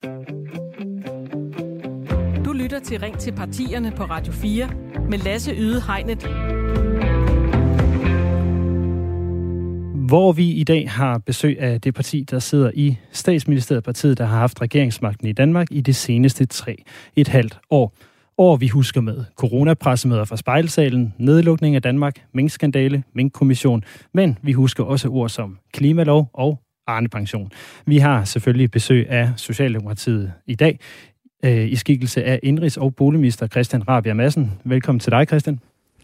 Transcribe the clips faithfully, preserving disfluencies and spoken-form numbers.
Du lytter til Ring til partierne på Radio fire med Lasse Yde Hegnet. Hvor vi i dag har besøg af det parti, der sidder i Statsministeriet, partiet, der har haft regeringsmagten i Danmark i de seneste tre et halvt år. År vi husker med coronapressemøder fra Spejlsalen, nedlukning af Danmark, minkskandale, minkkommission, men vi husker også ord som klimalov og Arnepension. Vi har selvfølgelig besøg af Socialdemokratiet i dag, øh, i skikkelse af indrigs- og boligminister Christian Rabjerg Madsen. Velkommen til dig, Christian.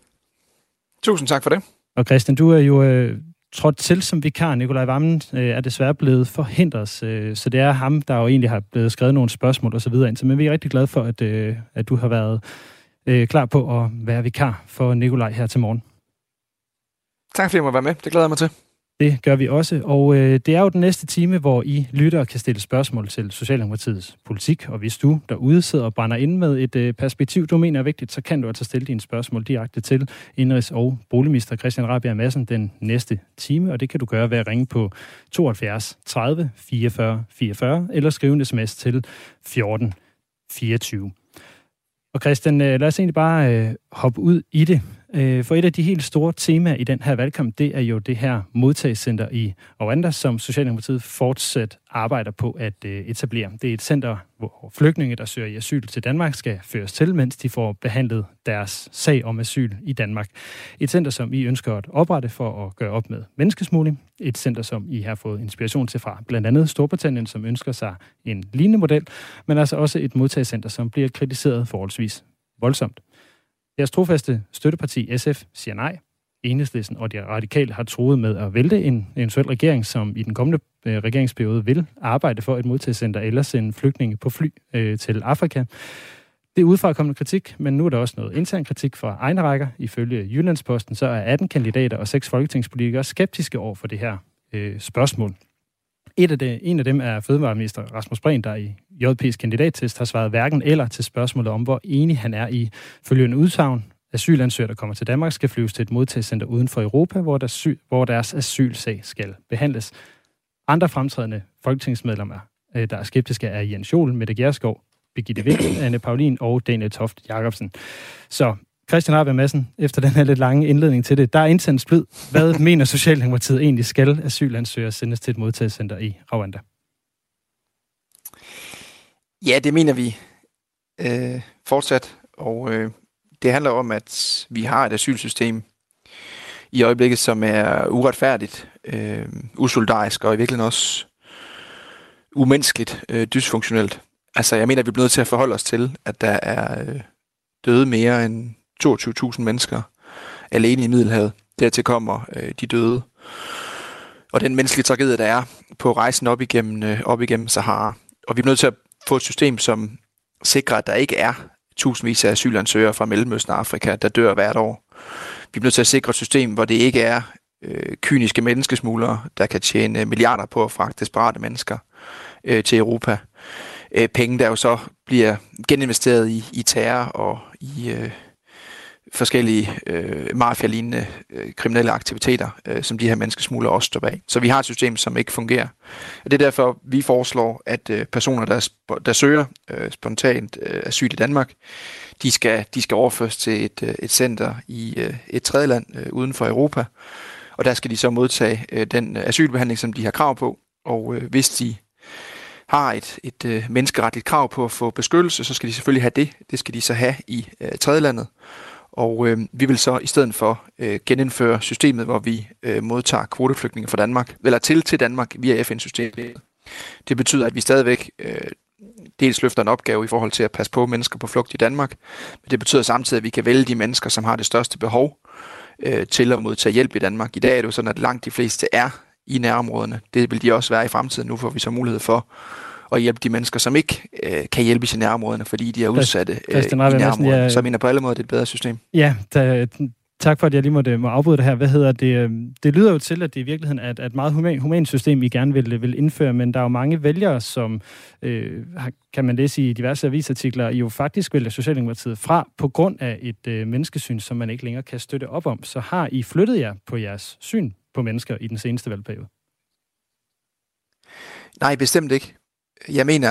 Tusind tak for det. Og Christian, du er jo øh, trådt til som vikar. Nikolaj Wammen øh, er desværre blevet forhindret, øh, så det er ham, der jo egentlig har blevet skrevet nogle spørgsmål og så videre ind. Så men vi er rigtig glade for, at, øh, at du har været øh, klar på at være vikar for Nikolaj her til morgen. Tak fordi jeg må være med. Det glæder jeg mig til. Det gør vi også, og øh, det er jo den næste time, hvor I lyttere kan stille spørgsmål til Socialdemokratiets politik, og hvis du derude sidder og brænder ind med et øh, perspektiv, du mener er vigtigt, så kan du altså stille dine spørgsmål direkte til indrigs- og boligminister Christian Rabjerg Madsen den næste time, og det kan du gøre ved at ringe på tooghalvfjerds tredive fireogfyrre fireogfyrre eller skrive en sms til fjorten fireogtyve. Og Christian, øh, lad os egentlig bare øh, hoppe ud i det. For et af de helt store temaer i den her valgkamp, det er jo det her modtagscenter i Rwanda, som Socialdemokratiet fortsat arbejder på at etablere. Det er et center, hvor flygtninge, der søger i asyl til Danmark, skal føres til, mens de får behandlet deres sag om asyl i Danmark. Et center, som I ønsker at oprette for at gøre op med menneskesmugling. Et center, som I har fået inspiration til fra blandt andet Storbritannien, som ønsker sig en lignende model, men altså også et modtagscenter, som bliver kritiseret forholdsvis voldsomt. Deres trofaste støtteparti S F siger nej. Enhedslisten og de radikale har truet med at vælte en eventuel regering, som i den kommende øh, regeringsperiode vil arbejde for et modtagscenter eller sende flygtninge på fly øh, til Afrika. Det er udefrakommende kritik, men nu er der også noget intern kritik fra egne rækker. Ifølge Jyllandsposten så er atten kandidater og seks folketingspolitikere skeptiske over for det her øh, spørgsmål. Et af det, en af dem er fødevareminister Rasmus Prehn, der i J P's kandidattest har svaret hverken eller til spørgsmålet om, hvor enig han er i følgende udsagn. Asylansøgere, der kommer til Danmark, skal flyves til et modtagscenter uden for Europa, hvor, der sy- hvor deres asylsag skal behandles. Andre fremtrædende folketingsmedlemmer, der er skeptiske, er Jens Joel, Mette Gjerskov, Birgitte Vind, Anne Paulin og Daniel Toft Jakobsen. Så Christian Rabjerg Madsen, efter den her lidt lange indledning til det, der er indsendt splid. Hvad mener Socialdemokratiet egentlig, skal asylansøgere sendes til et modtagscenter i Rwanda? Ja, det mener vi øh, fortsat, og øh, det handler om, at vi har et asylsystem i øjeblikket, som er uretfærdigt, øh, usolidarisk og i virkeligheden også umenneskeligt, øh, dysfunktionelt. Altså, jeg mener, at vi bliver nødt til at forholde os til, at der er øh, døde mere end toogtyve tusind mennesker alene i Middelhavet. Dertil kommer øh, de døde. Og den menneskelige tragedie, der er på rejsen op igennem, øh, op igennem Sahara. Og vi er nødt til at få et system, som sikrer, at der ikke er tusindvis af asylansøgere fra Mellemøsten og Afrika, der dør hvert år. Vi er nødt til at sikre et system, hvor det ikke er øh, kyniske menneskesmuglere, der kan tjene milliarder på at fragte desperate mennesker øh, til Europa. Øh, penge, der jo så bliver geninvesteret i, i terror og i øh, forskellige øh, mafia-lignende øh, kriminelle aktiviteter, øh, som de her menneskesmuglere også står bag. Så vi har et system, som ikke fungerer. Og det er derfor, vi foreslår, at øh, personer, der, sp- der søger øh, spontant øh, asyl i Danmark, de skal, de skal overføres til et, øh, et center i øh, et tredje land øh, uden for Europa. Og der skal de så modtage øh, den asylbehandling, som de har krav på. Og øh, hvis de har et, et øh, menneskeretligt krav på at få beskyttelse, så skal de selvfølgelig have det. Det skal de så have i øh, tredjelandet. Og øh, vi vil så i stedet for øh, genindføre systemet, hvor vi øh, modtager kvoteflygtninge fra Danmark, eller til til Danmark via F N-systemet. Det betyder, at vi stadigvæk øh, dels løfter en opgave i forhold til at passe på mennesker på flugt i Danmark, men det betyder samtidig, at vi kan vælge de mennesker, som har det største behov øh, til at modtage hjælp i Danmark. I dag er det jo sådan, at langt de fleste er i nærområderne. Det vil de også være i fremtiden. Nu får vi så mulighed for at hjælpe de mennesker, som ikke øh, kan hjælpe i sine nærområderne, fordi de er udsatte øh, i nærområderne. Ja, så jeg mener på alle måder, det er et bedre system. Ja, da, tak for, at jeg lige måtte, må afbryde det her. Hvad hedder det? Det lyder jo til, at det i virkeligheden er et, et meget human, humant system, I gerne vil, vil indføre, men der er jo mange vælgere, som, øh, kan man læse i diverse avisartikler, jo faktisk vælger Socialdemokratiet fra på grund af et øh, menneskesyn, som man ikke længere kan støtte op om. Så har I flyttet jer på jeres syn på mennesker i den seneste valgperiode? Nej, bestemt ikke. Jeg mener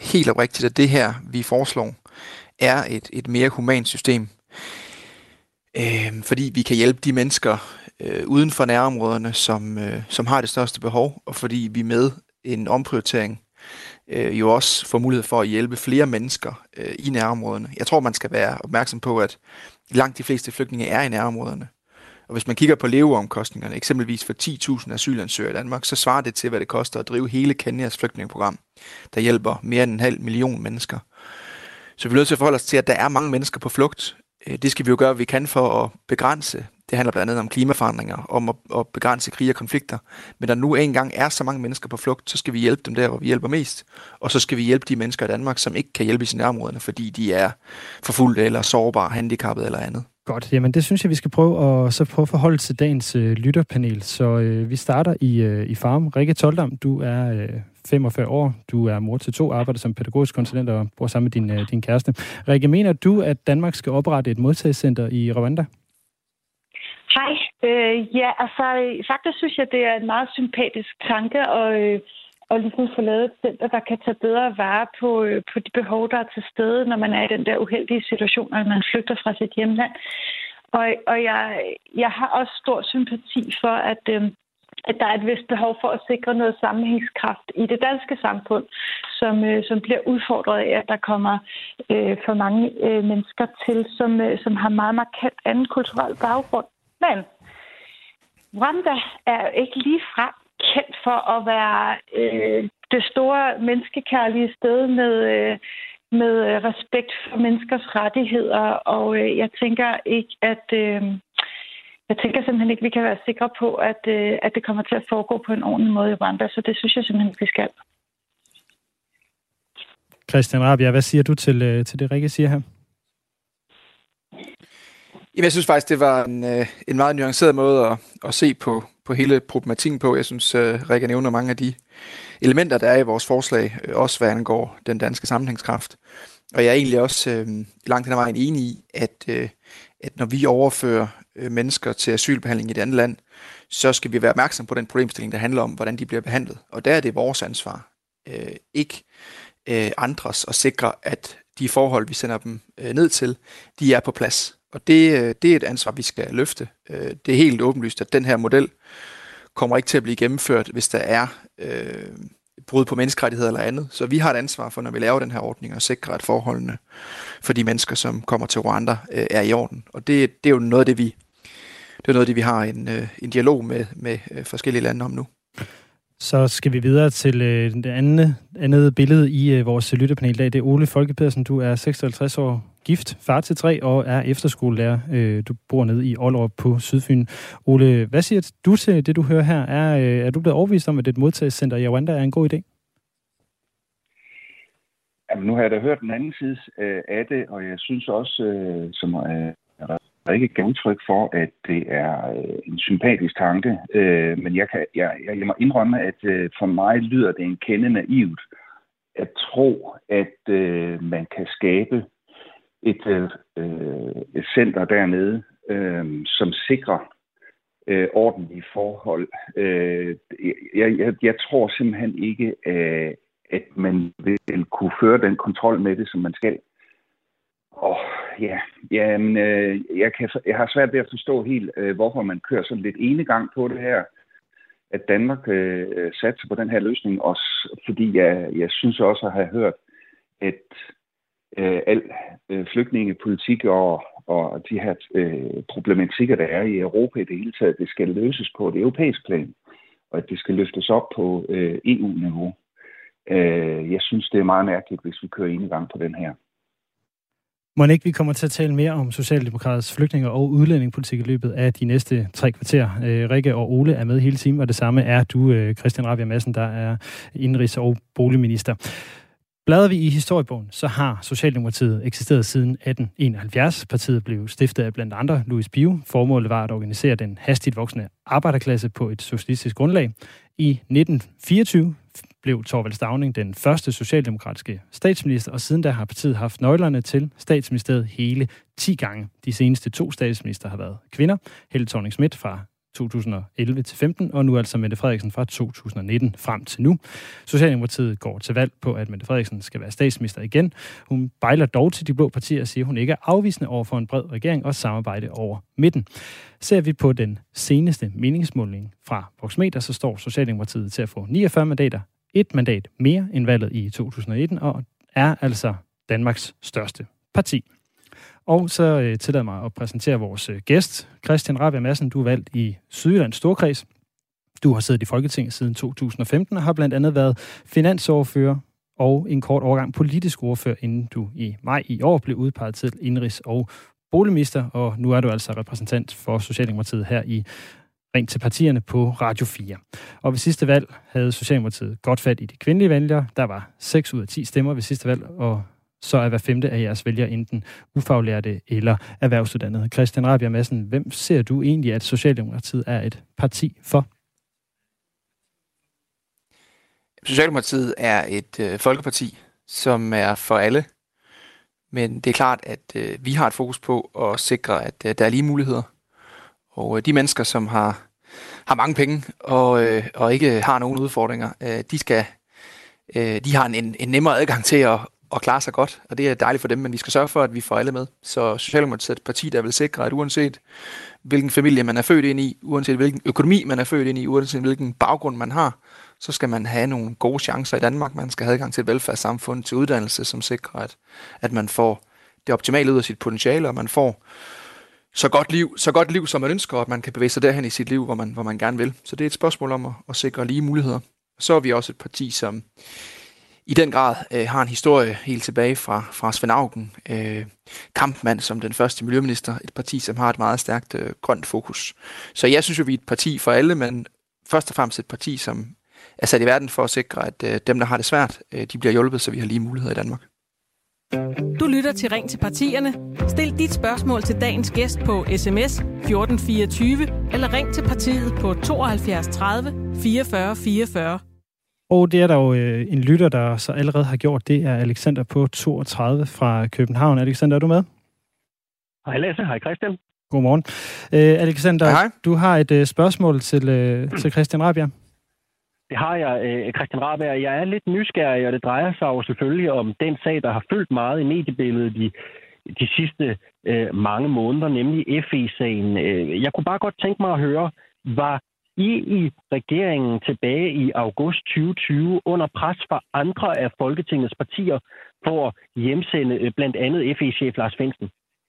helt oprigtigt, at det her, vi foreslår, er et, et mere humant system. Øh, fordi vi kan hjælpe de mennesker øh, uden for nærområderne, som, øh, som har det største behov, og fordi vi med en omprioritering øh, jo også får mulighed for at hjælpe flere mennesker øh, i nærområderne. Jeg tror, man skal være opmærksom på, at langt de fleste flygtninge er i nærområderne. Og hvis man kigger på leveomkostningerne, eksempelvis for ti tusind asylansøgere i Danmark, så svarer det til, hvad det koster at drive hele Kenyas flygtningeprogram, der hjælper mere end en halv million mennesker. Så vi er nødt til at forholde os til, at der er mange mennesker på flugt. Det skal vi jo gøre, hvad vi kan for at begrænse. Det handler blandt andet om klimaforandringer, om at, at begrænse krige og konflikter. Men der nu engang er så mange mennesker på flugt, så skal vi hjælpe dem der, hvor vi hjælper mest. Og så skal vi hjælpe de mennesker i Danmark, som ikke kan hjælpe i sine nærområderne, fordi de er forfulgte eller sårbare, handicappede eller andet. Godt, jamen det synes jeg, vi skal prøve at, så prøve at forholde til dagens øh, lytterpanel. Så øh, vi starter i, øh, i Farum. Rikke Toldam, du er øh, femogfyrre år, du er mor til to, arbejder som pædagogisk konsulent og bor sammen med din, øh, din kæreste. Rikke, mener du, at Danmark skal oprette et modtagelsescenter i Rwanda? Hej. Øh, ja, altså faktisk synes jeg, det er en meget sympatisk tanke, og øh, og ligesom få lavet et center, der kan tage bedre vare på, øh, på de behov, der er til stede, når man er i den der uheldige situation, at man flygter fra sit hjemland. Og, og jeg, jeg har også stor sympati for, at, øh, at der er et vist behov for at sikre noget sammenhængskraft i det danske samfund, som, øh, som bliver udfordret af, at der kommer øh, for mange øh, mennesker til, som, øh, som har meget markant anden kulturel baggrund. Men Rwanda er ikke lige frem kendt for at være øh, det store menneskekærlige sted med, øh, med respekt for menneskers rettigheder, og øh, jeg tænker ikke, at øh, jeg tænker simpelthen ikke, at vi kan være sikre på, at, øh, at det kommer til at foregå på en ordentlig måde i Rwanda, så det synes jeg simpelthen, vi skal. Christian Rabjerg, hvad siger du til, øh, til det, Rikke siger her? Jamen, jeg synes faktisk, det var en, en meget nuanceret måde at, at se på, på hele problematikken på. Jeg synes, uh, Rikke nævner mange af de elementer, der er i vores forslag, også hvad angår den danske sammenhængskraft. Og jeg er egentlig også uh, langt hen ad vejen enig i, at, uh, at når vi overfører uh, mennesker til asylbehandling i et andet land, så skal vi være opmærksom på den problemstilling, der handler om, hvordan de bliver behandlet. Og der er det vores ansvar, uh, ikke uh, andres, at sikre, at de forhold, vi sender dem uh, ned til, de er på plads. Og det, det er et ansvar, vi skal løfte. Det er helt åbenlyst, at den her model kommer ikke til at blive gennemført, hvis der er øh, brud på menneskerettigheder eller andet. Så vi har et ansvar for, når vi laver den her ordning, at sikre, at forholdene for de mennesker, som kommer til Rwanda, øh, er i orden. Og det, det er jo noget af det, vi, det er noget af det, vi har en, øh, en dialog med, med øh, forskellige lande om nu. Så skal vi videre til øh, det andet, andet billede i øh, vores lytterpanel i dag. Det er Ole Folke Pedersen. Du er seksoghalvtreds år, gift, far til tre og er efterskolelærer. Øh, du bor nede i Ollerup på Sydfyn. Ole, hvad siger du til det, du hører her? Er, øh, er du blevet overbevist om, at et modtagelsescenter i Rwanda er en god idé? Jamen, nu har jeg da hørt den anden side øh, af det, og jeg synes også, øh, som øh, der er ikke et gennemtryk for, at det er øh, en sympatisk tanke, øh, men jeg, kan, jeg, jeg må indrømme, at øh, for mig lyder det en kende naivt at tro, at øh, man kan skabe et, øh, et center dernede, øh, som sikrer øh, ordentlige forhold. Øh, jeg, jeg, jeg tror simpelthen ikke, øh, at man vil kunne føre den kontrol med det, som man skal. Og ja, jamen, øh, jeg, kan, jeg har svært ved at forstå helt, øh, hvorfor man kører sådan lidt enegang på det her, at Danmark øh, satser på den her løsning, også fordi jeg, jeg synes også at have hørt, at øh, al øh, flygtningepolitik og, og de her øh, problematikker, der er i Europa i det hele taget, det skal løses på et europæisk plan, og at det skal løftes op på øh, E U-niveau. Øh, jeg synes, det er meget mærkeligt, hvis vi kører enegang på den her. Må ikke vi kommer til at tale mere om Socialdemokraters flygtninge- og udlændingepolitik i løbet af de næste tre kvarter. Øh, Rikke og Ole er med hele timen, og det samme er du, øh, Christian Rabjerg Madsen, der er indenrigs- og boligminister. Bladrer vi i historiebogen, så har Socialdemokratiet eksisteret siden atten enoghalvfjerds. Partiet blev stiftet af blandt andre Louis Pio. Formålet var at organisere den hastigt voksende arbejderklasse på et socialistisk grundlag. I nitten fireogtyve blev Thorvald Stauning den første socialdemokratiske statsminister, og siden da har partiet haft nøglerne til statsministeriet hele ti gange. De seneste to statsminister har været kvinder. Helle Thorning-Schmidt fra to tusind og elleve til femten, og nu altså Mette Frederiksen fra to tusind og nitten frem til nu. Socialdemokratiet går til valg på, at Mette Frederiksen skal være statsminister igen. Hun bejler dog til de blå partier og siger, at hun ikke er afvisende over for en bred regering og samarbejde over midten. Ser vi på den seneste meningsmåling fra Voxmeter, så står Socialdemokratiet til at få niogfyrre mandater, et mandat mere end valget i to tusind og nitten, og er altså Danmarks største parti. Og så øh, tillader mig at præsentere vores øh, gæst, Christian Rabjerg Madsen. Du er valgt i Sydjyllands Storkreds. Du har siddet i Folketinget siden to tusind og femten og har blandt andet været finansordfører og en kort overgang politisk ordfører, inden du i maj i år blev udpeget til indrigs- og boligminister, og nu er du altså repræsentant for Socialdemokratiet her i Ring til partierne på Radio fire. Og ved sidste valg havde Socialdemokratiet godt fat i de kvindelige vælgere. Der var seks ud af ti stemmer ved sidste valg, og så er hver femte af jeres vælgere enten ufaglærte eller erhvervsuddannede. Christian Rabjerg Madsen, hvem ser du egentlig, at Socialdemokratiet er et parti for? Socialdemokratiet er et øh, folkeparti, som er for alle. Men det er klart, at øh, vi har et fokus på at sikre, at øh, der er lige muligheder. Og øh, de mennesker, som har, har mange penge og, øh, og ikke har nogen udfordringer, øh, de, skal, øh, de har en, en nemmere adgang til at og klare sig godt, og det er dejligt for dem, men vi skal sørge for, at vi får alle med. Så Socialdemokratiet er et parti, der vil sikre, at uanset hvilken familie man er født ind i, uanset hvilken økonomi man er født ind i, uanset hvilken baggrund man har, så skal man have nogle gode chancer i Danmark. Man skal have adgang til et velfærdssamfund, til uddannelse, som sikrer, at, at man får det optimale ud af sit potentiale, og man får så godt liv, så godt liv, som man ønsker, og at man kan bevæge sig derhen i sit liv, hvor man, hvor man gerne vil. Så det er et spørgsmål om at, at sikre lige muligheder. Så er vi også et parti, som i den grad øh, har en historie helt tilbage fra, fra Svend Auken, øh, kampmand som den første miljøminister, et parti, som har et meget stærkt øh, grønt fokus. Så jeg synes jo, vi er et parti for alle, men først og fremmest et parti, som er sat i verden for at sikre, at øh, dem, der har det svært, øh, de bliver hjulpet, så vi har lige muligheder i Danmark. Du lytter til Ring til partierne. Stil dit spørgsmål til dagens gæst på sms fjorten fireogtyve eller ring til partiet på tooghalvfjerds tredive fireogfyrre fireogfyrre. Og det er der jo øh, en lytter, der så allerede har gjort. Det er Alexander på toogtredive fra København. Alexander, er du med? Hej Lasse, hej Christian. Godmorgen. Øh, Alexander, hej. Du har et øh, spørgsmål til, øh, til Christian Rabjerg. Det har jeg, øh, Christian Rabjerg. Jeg er lidt nysgerrig, og det drejer sig jo selvfølgelig om den sag, der har fyldt meget i mediebilledet de, de sidste øh, mange måneder, nemlig F E-sagen. Øh, jeg kunne bare godt tænke mig at høre, var I i regeringen tilbage i august tyve tyve under pres fra andre af Folketingets partier for at hjemsende blandt andet F E-chef Lars Findsen?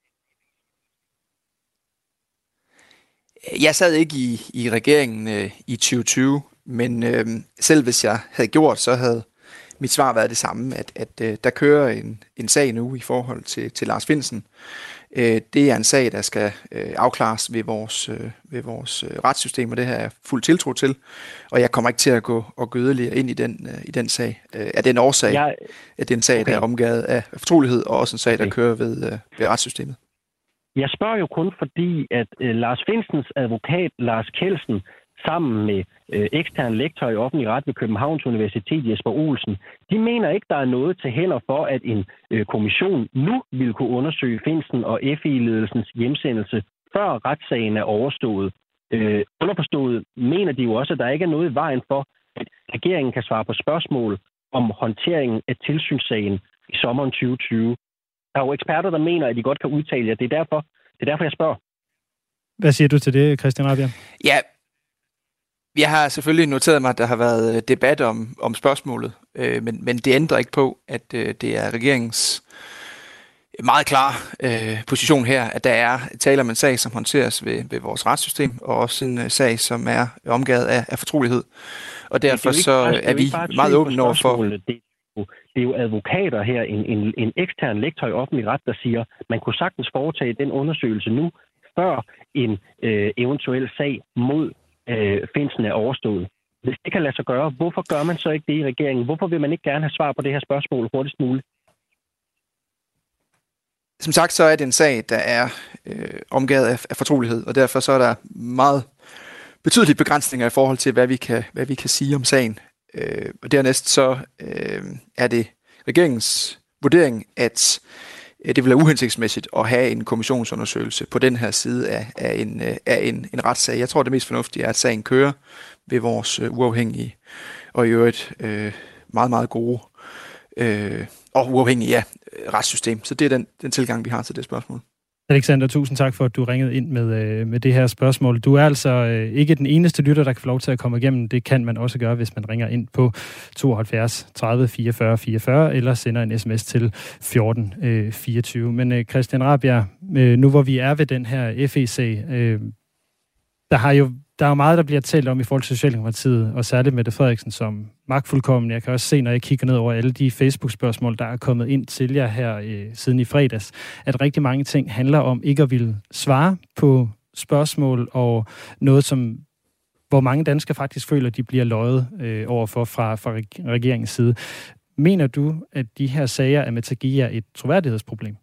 Jeg sad ikke i, i regeringen øh, i tyve tyve, men øh, selv hvis jeg havde gjort, så havde mit svar været det samme, at, at øh, der kører en, en sag nu i forhold til, til Lars Findsen. Øh, det er en sag, der skal øh, afklares ved vores, øh, ved vores øh, retssystem, og det har jeg fuld tiltro til. Og jeg kommer ikke til at gå og gå yderligere ind i den, øh, i den sag. Øh, af den årsag, jeg... at det er en sag, okay. der er omgivet af fortrolighed, og også en sag, der okay. kører ved, øh, ved retssystemet. Jeg spørger jo kun fordi, at øh, Lars Findsens advokat, Lars Kjeldsen, sammen med øh, ekstern lektor i offentlig ret ved Københavns Universitet, Jesper Olsen, de mener ikke, der er noget til hænder for, at en øh, kommission nu vil kunne undersøge Findsen og F E-ledelsens hjemsendelse, før retssagen er overstået. Øh, underforstået mener de jo også, at der ikke er noget i vejen for, at regeringen kan svare på spørgsmål om håndteringen af tilsynssagen i sommeren tyve tyve. Der er jo eksperter, der mener, at de godt kan udtale jer. Det er derfor, det er derfor jeg spørger. Hvad siger du til det, Christian Rabjerg? Ja, jeg har selvfølgelig noteret mig, at der har været debat om, om spørgsmålet, øh, men, men det ændrer ikke på, at øh, det er regeringens meget klar øh, position her, at der er tale om en sag, som håndteres ved, ved vores retssystem, og også en uh, sag, som er omgivet af, af fortrolighed. Og derfor så bare, er vi meget åbne over for... Det, det er jo advokater her, en, en, en ekstern lektor i offentlig ret, der siger, man kunne sagtens foretage den undersøgelse nu, før en øh, eventuel sag mod øh, Findsen er overstået. Hvis det kan lade sig gøre, hvorfor gør man så ikke det i regeringen? Hvorfor vil man ikke gerne have svar på det her spørgsmål hurtigst muligt? Som sagt, så er det en sag, der er øh, omgivet af, af fortrolighed, og derfor så er der meget betydelige begrænsninger i forhold til, hvad vi kan, hvad vi kan sige om sagen. Øh, og dernæst så øh, er det regeringens vurdering, at det vil være uhensigtsmæssigt at have en kommissionsundersøgelse på den her side af, af, en, af en, en retssag. Jeg tror, det mest fornuftige er, at sagen kører ved vores uafhængige og i øvrigt øh, meget, meget gode øh, og uafhængige ja, retssystem. Så det er den, den tilgang, vi har til det spørgsmål. Alexander, tusind tak for, at du ringede ind med, øh, med det her spørgsmål. Du er altså øh, ikke den eneste lytter, der kan få lov til at komme igennem. Det kan man også gøre, hvis man ringer ind på tooghalvfjerds tredive fireogfyrre fireogfyrre eller sender en sms til fjorten fireogtyve. Men øh, Christian Rabjerg, øh, nu hvor vi er ved den her F E-sag, øh, der har jo Der er jo meget, der bliver talt om i forhold til Socialdemokratiet, og særligt Mette Frederiksen som magtfuldkommen. Jeg kan også se, når jeg kigger ned over alle de Facebook-spørgsmål, der er kommet ind til jer her øh, siden i fredags, at rigtig mange ting handler om ikke at ville svare på spørgsmål, og noget, som hvor mange danskere faktisk føler, at de bliver løjet øh, overfor fra, fra regeringens side. Mener du, at de her sager er med til at give jer et troværdighedsproblem?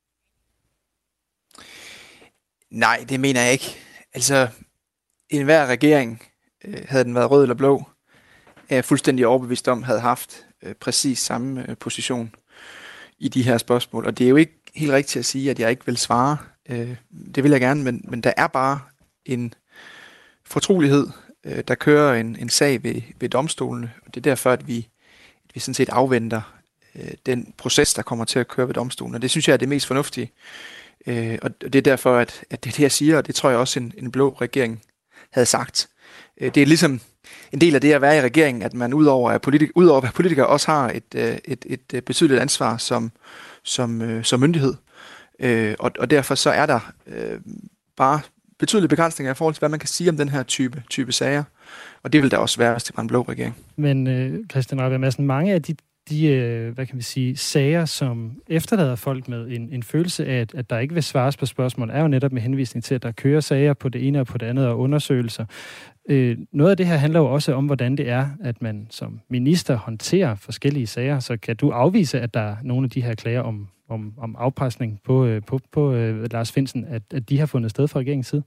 Nej, det mener jeg ikke. Altså, enhver regering, øh, havde den været rød eller blå, er jeg fuldstændig overbevist om, havde haft øh, præcis samme øh, position i de her spørgsmål. Og det er jo ikke helt rigtigt at sige, at jeg ikke vil svare. Øh, det vil jeg gerne, men, men der er bare en fortrolighed. Øh, der kører en, en sag ved, ved domstolene, og det er derfor, at vi, at vi sådan set afventer øh, den proces, der kommer til at køre ved domstolen. Og det synes jeg er det mest fornuftige. Øh, og det er derfor, at, at det er det, jeg siger, og det tror jeg også en, en blå regering havde sagt. Det er ligesom en del af det at være i regeringen, at man udover at politik, udover at være politiker også har et, et, et betydeligt ansvar som, som, som myndighed. Og, og derfor så er der bare betydelige begrænsninger i forhold til, hvad man kan sige om den her type, type sager. Og det vil der også være, hvis det var en blå regering. Men Christian Rabjerg Madsen, mange af de de, hvad kan vi sige, sager, som efterlader folk med en, en følelse af, at, at der ikke vil svares på spørgsmål, er jo netop med henvisning til, at der kører sager på det ene og på det andet og undersøgelser. Øh, noget af det her handler jo også om, hvordan det er, at man som minister håndterer forskellige sager. Så kan du afvise, at der er nogle af de her klager om, om, om afpresning på, på, på uh, Lars Findsen, at, at de har fundet sted fra regeringens side?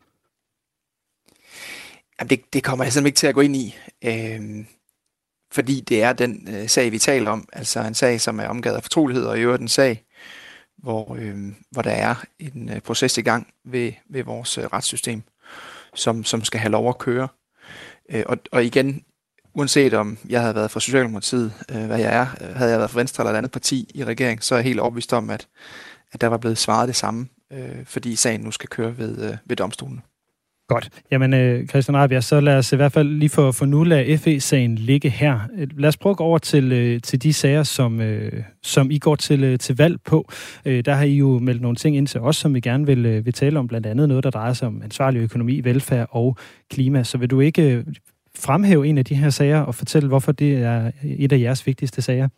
Jamen det, det kommer jeg simpelthen ikke til at gå ind i. Øh... Fordi det er den øh, sag, vi taler om, altså en sag, som er omgivet af fortrolighed, og i øvrigt en sag, hvor, øh, hvor der er en øh, proces i gang ved, ved vores øh, retssystem, som, som skal have lov at køre. Øh, og, og igen, uanset om jeg havde været fra Socialdemokratiet, øh, hvad jeg er, havde jeg været fra Venstre eller et andet parti i regeringen, så er jeg helt overbevist om, at, at der var blevet svaret det samme, øh, fordi sagen nu skal køre ved, øh, ved domstolen. Godt. Jamen, øh, Christian Rabjerg, så lad os i hvert fald lige for, for nu lade F E-sagen ligge her. Lad os prøve at gå over til, øh, til de sager, som, øh, som I går til, øh, til valg på. Øh, der har I jo meldt nogle ting ind til os, som vi gerne vil, øh, vil tale om, blandt andet noget, der drejer sig om ansvarlig økonomi, velfærd og klima. Så vil du ikke øh, fremhæve en af de her sager og fortælle, hvorfor det er et af jeres vigtigste sager?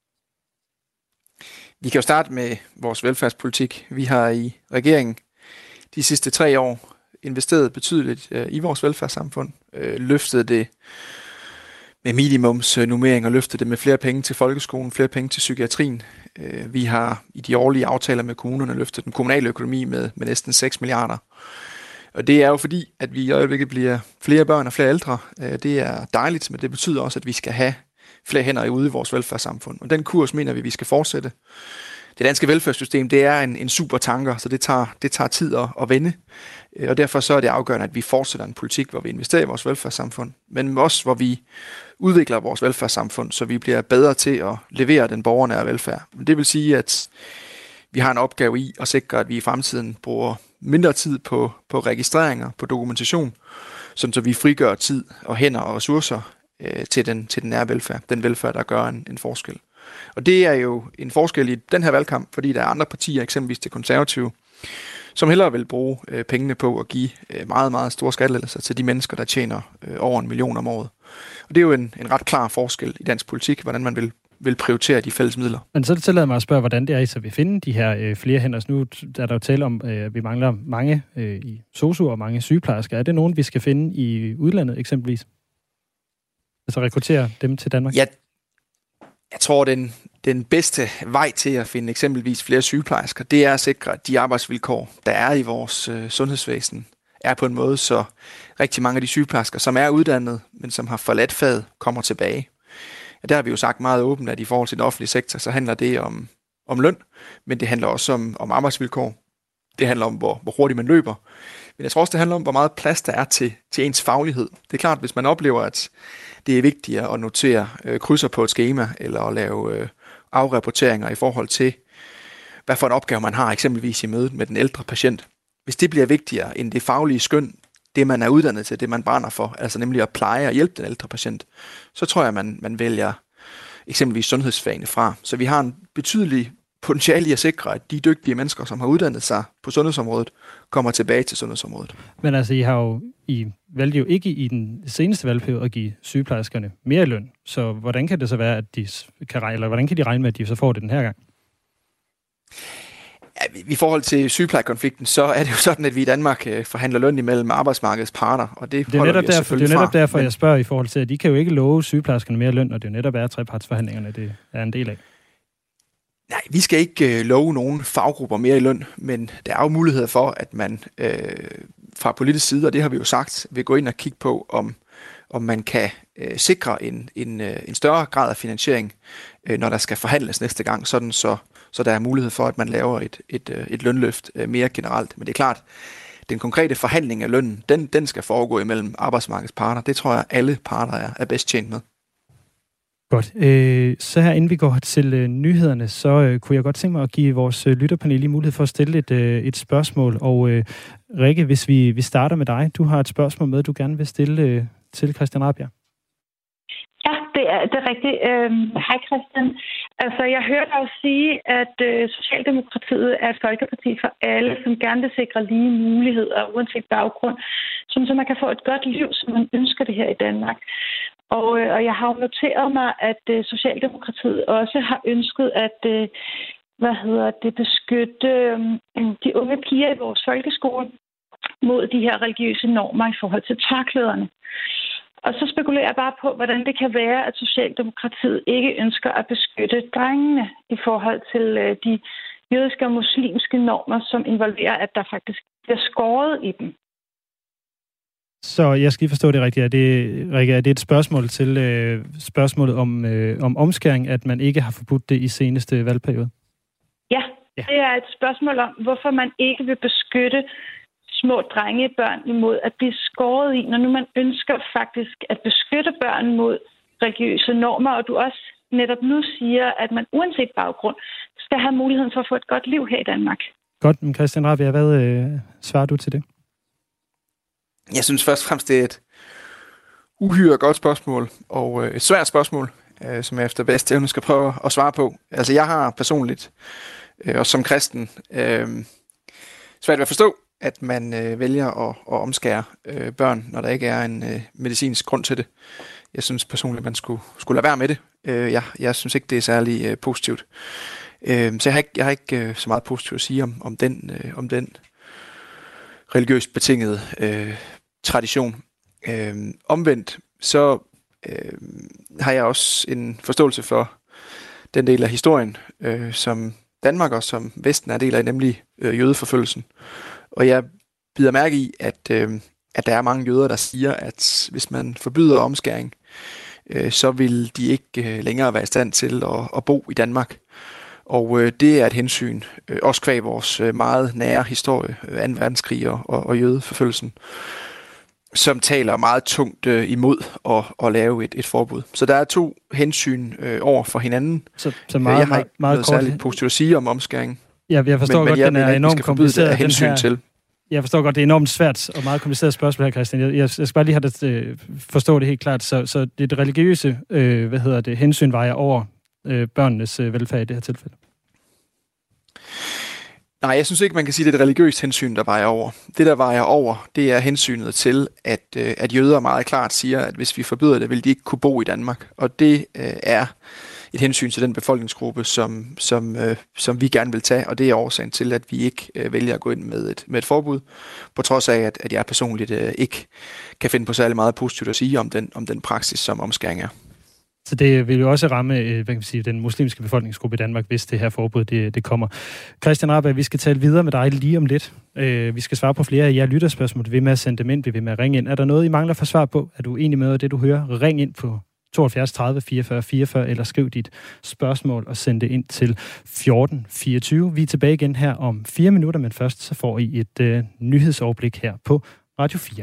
Vi kan jo starte med vores velfærdspolitik. Vi har i regeringen de sidste tre år investeret betydeligt øh, i vores velfærdssamfund, øh, løftet det med minimumsnummering og løftet det med flere penge til folkeskolen, flere penge til psykiatrien. Øh, vi har i de årlige aftaler med kommunerne løftet den kommunale økonomi med, med næsten seks milliarder. Og det er jo fordi, at vi i øjeblikket bliver flere børn og flere ældre. Øh, det er dejligt, men det betyder også, at vi skal have flere hænder ude i vores velfærdssamfund. Og den kurs mener vi, vi skal fortsætte. Det danske velfærdssystem, det er en, en super tanker, så det tager, det tager tid at, at vende. Og derfor så er det afgørende, at vi fortsætter en politik, hvor vi investerer i vores velfærdssamfund, men også hvor vi udvikler vores velfærdssamfund, så vi bliver bedre til at levere den borgernære velfærd. Det vil sige, at vi har en opgave i at sikre, at vi i fremtiden bruger mindre tid på, på registreringer, på dokumentation, sådan så vi frigør tid og hænder og ressourcer øh, til, den, til den nære velfærd, den velfærd, der gør en, en forskel. Og det er jo en forskel i den her valgkamp, fordi der er andre partier, eksempelvis det konservative, som hellere vil bruge øh, pengene på at give øh, meget, meget store skattelettelser til de mennesker, der tjener øh, over en million om året. Og det er jo en, en ret klar forskel i dansk politik, hvordan man vil, vil prioritere de fælles midler. Men så tillader mig at spørge, hvordan det er, I så vil finde de her øh, flere hænder. Nu er der jo tale om, øh, at vi mangler mange øh, i sosu og mange sygeplejersker. Er det nogen, vi skal finde i udlandet eksempelvis? Altså rekruttere dem til Danmark? Ja, jeg tror, den, den bedste vej til at finde eksempelvis flere sygeplejersker, det er at sikre, at de arbejdsvilkår, der er i vores øh, sundhedsvæsen, er på en måde, så rigtig mange af de sygeplejersker, som er uddannet, men som har forladt faget, kommer tilbage. Og der har vi jo sagt meget åbent, at i forhold til den offentlige sektor, så handler det om, om løn, men det handler også om, om arbejdsvilkår. Det handler om, hvor, hvor hurtigt man løber. Men jeg tror også, det handler om, hvor meget plads der er til, til ens faglighed. Det er klart, hvis man oplever, at det er vigtigere at notere øh, krydser på et skema, eller at lave øh, afrapporteringer i forhold til, hvad for en opgave man har, eksempelvis i mødet med den ældre patient. Hvis det bliver vigtigere end det faglige skøn, det man er uddannet til, det man brænder for, altså nemlig at pleje og hjælpe den ældre patient, så tror jeg, man, man vælger eksempelvis sundhedsfagene fra. Så vi har en betydelig potentiale i at sikre, at de dygtige mennesker, som har uddannet sig på sundhedsområdet, kommer tilbage til sundhedsområdet. Men altså, I har jo, I valgte jo ikke i den seneste valgperiode at give sygeplejerskerne mere løn. Så hvordan kan det så være, at de kan regne, eller hvordan kan de regne med, at de så får det den her gang? Ja, i forhold til sygeplejekonflikten, så er det jo sådan, at vi i Danmark forhandler løn imellem arbejdsmarkedets parter, og det, det er netop derfor, det er netop derfor, men jeg spørger i forhold til, at de kan jo ikke love sygeplejerskerne mere løn, og det er jo netop er trepartsforhandlingerne, det er en del af. Nej, vi skal ikke øh, love nogen faggrupper mere i løn, men der er jo mulighed for, at man øh, fra politisk side, og det har vi jo sagt, vil gå ind og kigge på, om, om man kan øh, sikre en, en, øh, en større grad af finansiering, øh, når der skal forhandles næste gang, sådan så, så der er mulighed for, at man laver et, et, øh, et lønløft øh, mere generelt. Men det er klart, den konkrete forhandling af lønnen, den, den skal foregå imellem arbejdsmarkedets parter. Det tror jeg, alle parter er, er bedst tjent med. Godt. Øh, så her inden vi går til øh, nyhederne, så øh, kunne jeg godt tænke mig at give vores øh, lytterpanel lige mulighed for at stille et, øh, et spørgsmål. Og øh, Rikke, hvis vi, vi starter med dig. Du har et spørgsmål med, du gerne vil stille øh, til Christian Rabjerg. Ja, det er, det er rigtigt. Øhm, hej Christian. Altså, jeg hørte dig sige, at øh, Socialdemokratiet er et folkeparti for alle, som gerne vil sikre lige muligheder, uanset baggrund, som så man kan få et godt liv, som man ønsker det her i Danmark. Og, øh, og jeg har jo noteret mig, at øh, Socialdemokratiet også har ønsket at øh, hvad hedder det, beskytte øh, de unge piger i vores folkeskole mod de her religiøse normer i forhold til tørklæderne. Og så spekulerer jeg bare på, hvordan det kan være, at Socialdemokratiet ikke ønsker at beskytte drengene i forhold til øh, de jødiske og muslimske normer, som involverer, at der faktisk bliver skåret i dem. Så jeg skal lige forstå det rigtigt. Er det, Rikke, er det et spørgsmål til øh, spørgsmålet om, øh, om omskæring, at man ikke har forbudt det i seneste valgperiode? Ja, ja, det er et spørgsmål om, hvorfor man ikke vil beskytte små drengebørn imod at blive skåret i, når nu man ønsker faktisk at beskytte børn mod religiøse normer, og du også netop nu siger, at man uanset baggrund skal have muligheden for at få et godt liv her i Danmark. Godt, men Christian Rabjerg, hvad øh, svarer du til det? Jeg synes først og fremmest, det er et uhyre godt spørgsmål, og øh, et svært spørgsmål, øh, som jeg efter bedste evne skal prøve at svare på. Altså, jeg har personligt, øh, også som kristen, øh, svært ved at forstå, at man øh, vælger at, at omskære øh, børn, når der ikke er en øh, medicinsk grund til det. Jeg synes personligt, man skulle, skulle lade være med det. Øh, jeg, jeg synes ikke, det er særlig øh, positivt. Øh, så jeg har ikke, jeg har ikke øh, så meget positivt at sige om, om den, øh, om den religiøst betingede øh, tradition. Øh, omvendt, så øh, har jeg også en forståelse for den del af historien, øh, som Danmark og som Vesten er del af, nemlig øh, jødeforfølgelsen. Og jeg bider mærke i, at, øh, at der er mange jøder, der siger, at hvis man forbyder omskæring, øh, så vil de ikke øh, længere være i stand til at, at bo i Danmark. Og øh, det er et hensyn, øh, også kvæg vores øh, meget nære historie, øh, anden verdenskrig og, og, og jødeforfølgelsen, som taler meget tungt øh, imod at, at lave et, et forbud. Så der er to hensyn øh, over for hinanden. Så, så meget, jeg har ikke meget, noget meget særligt positivt at sige om omskæring. Ja, jeg forstår men, godt, men den er enormt kompliceret. Hensyn her, til. Jeg forstår godt, det er enormt svært og meget kompliceret spørgsmål her, Christian. Jeg, jeg, jeg skal bare lige have det, øh, forstå det helt klart. Så, så det religiøse øh, hvad hedder det, hensyn vejer over øh, børnenes øh, velfærd i det her tilfælde? Nej, jeg synes ikke, man kan sige, at det er et religiøst hensyn, der vejer over. Det, der vejer over, det er hensynet til, at, øh, at jøder meget klart siger, at hvis vi forbyder det, vil de ikke kunne bo i Danmark. Og det øh, er et hensyn til den befolkningsgruppe, som, som, øh, som vi gerne vil tage, og det er årsagen til, at vi ikke øh, vælger at gå ind med et, med et forbud, på trods af, at, at jeg personligt øh, ikke kan finde på særlig meget positivt at sige om den, om den praksis, som omskæring er. Så det vil jo også ramme hvad kan man sige, den muslimske befolkningsgruppe i Danmark, hvis det her forbud det, det kommer. Christian Rabjerg, vi skal tale videre med dig lige om lidt. Øh, vi skal svare på flere af jer lytterspørgsmål. Vi vil med at sende dem ind, vi vil med at ringe ind. Er der noget, I mangler for svar på? Er du enig med det, du hører? Ring ind på tooghalvfjerds tredive fireogfyrre fireogfyrre, eller skriv dit spørgsmål og send det ind til fjorten fireogtyve. Vi er tilbage igen her om fire minutter, men først så får I et øh, nyhedsoverblik her på Radio fire.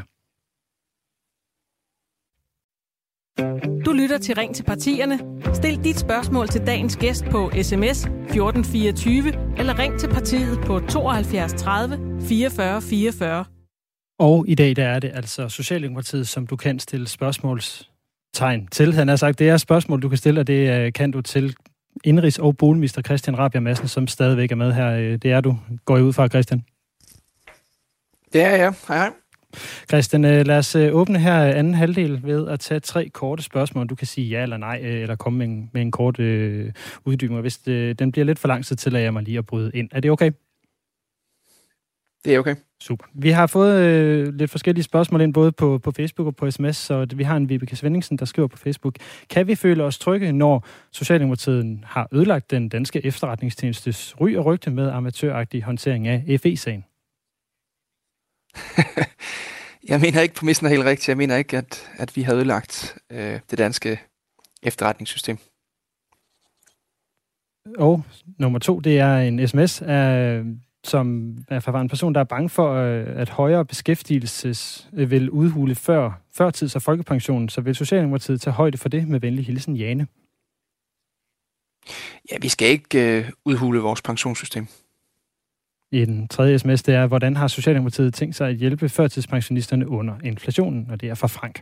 Du lytter til Ring til partierne. Stil dit spørgsmål til dagens gæst på sms fjorten fireogtyve, eller ring til partiet på tooghalvfjerds tredive fireogfyrre fireogfyrre. Og i dag der er det altså Socialdemokratiet, som du kan stille spørgsmålstegn til. Han har sagt, det er spørgsmål, du kan stille, og det kan du til Indenrigs- og Boligminister Christian Rabjerg Madsen, som stadigvæk er med her. Det er du. Går I ud fra, Christian? Det er jeg. Hej hej. Christian, lad os åbne her anden halvdel ved at tage tre korte spørgsmål. Du kan sige ja eller nej, eller komme med en, med en kort øh, uddybning. Hvis det, den bliver lidt for lang, så tillader jeg mig lige at bryde ind. Er det okay? Det er okay. Super. Vi har fået øh, lidt forskellige spørgsmål ind, både på, på Facebook og på sms, så vi har en Vibeke Svendingsen, der skriver på Facebook: Kan vi føle os trygge, når Socialdemokratiet har ødelagt den danske efterretningstjenestes ry og rygte med amatøragtig håndtering af F E-sagen? Jeg mener ikke, præmissen er helt rigtig. Jeg mener ikke, at, at vi har ødelagt øh, det danske efterretningssystem. Og nummer to, det er en sms, af, som er fra en person, der er bange for, at højere beskæftigelses vil udhule før, før tids- og folkepensionen. Så vil Socialdemokratiet tage højde for det? Med venlig hilsen, Jane. Ja, vi skal ikke øh, udhule vores pensionssystem. I den tredje sms, det er, hvordan har Socialdemokratiet tænkt sig at hjælpe førtidspensionisterne under inflationen? Og det er fra Frank.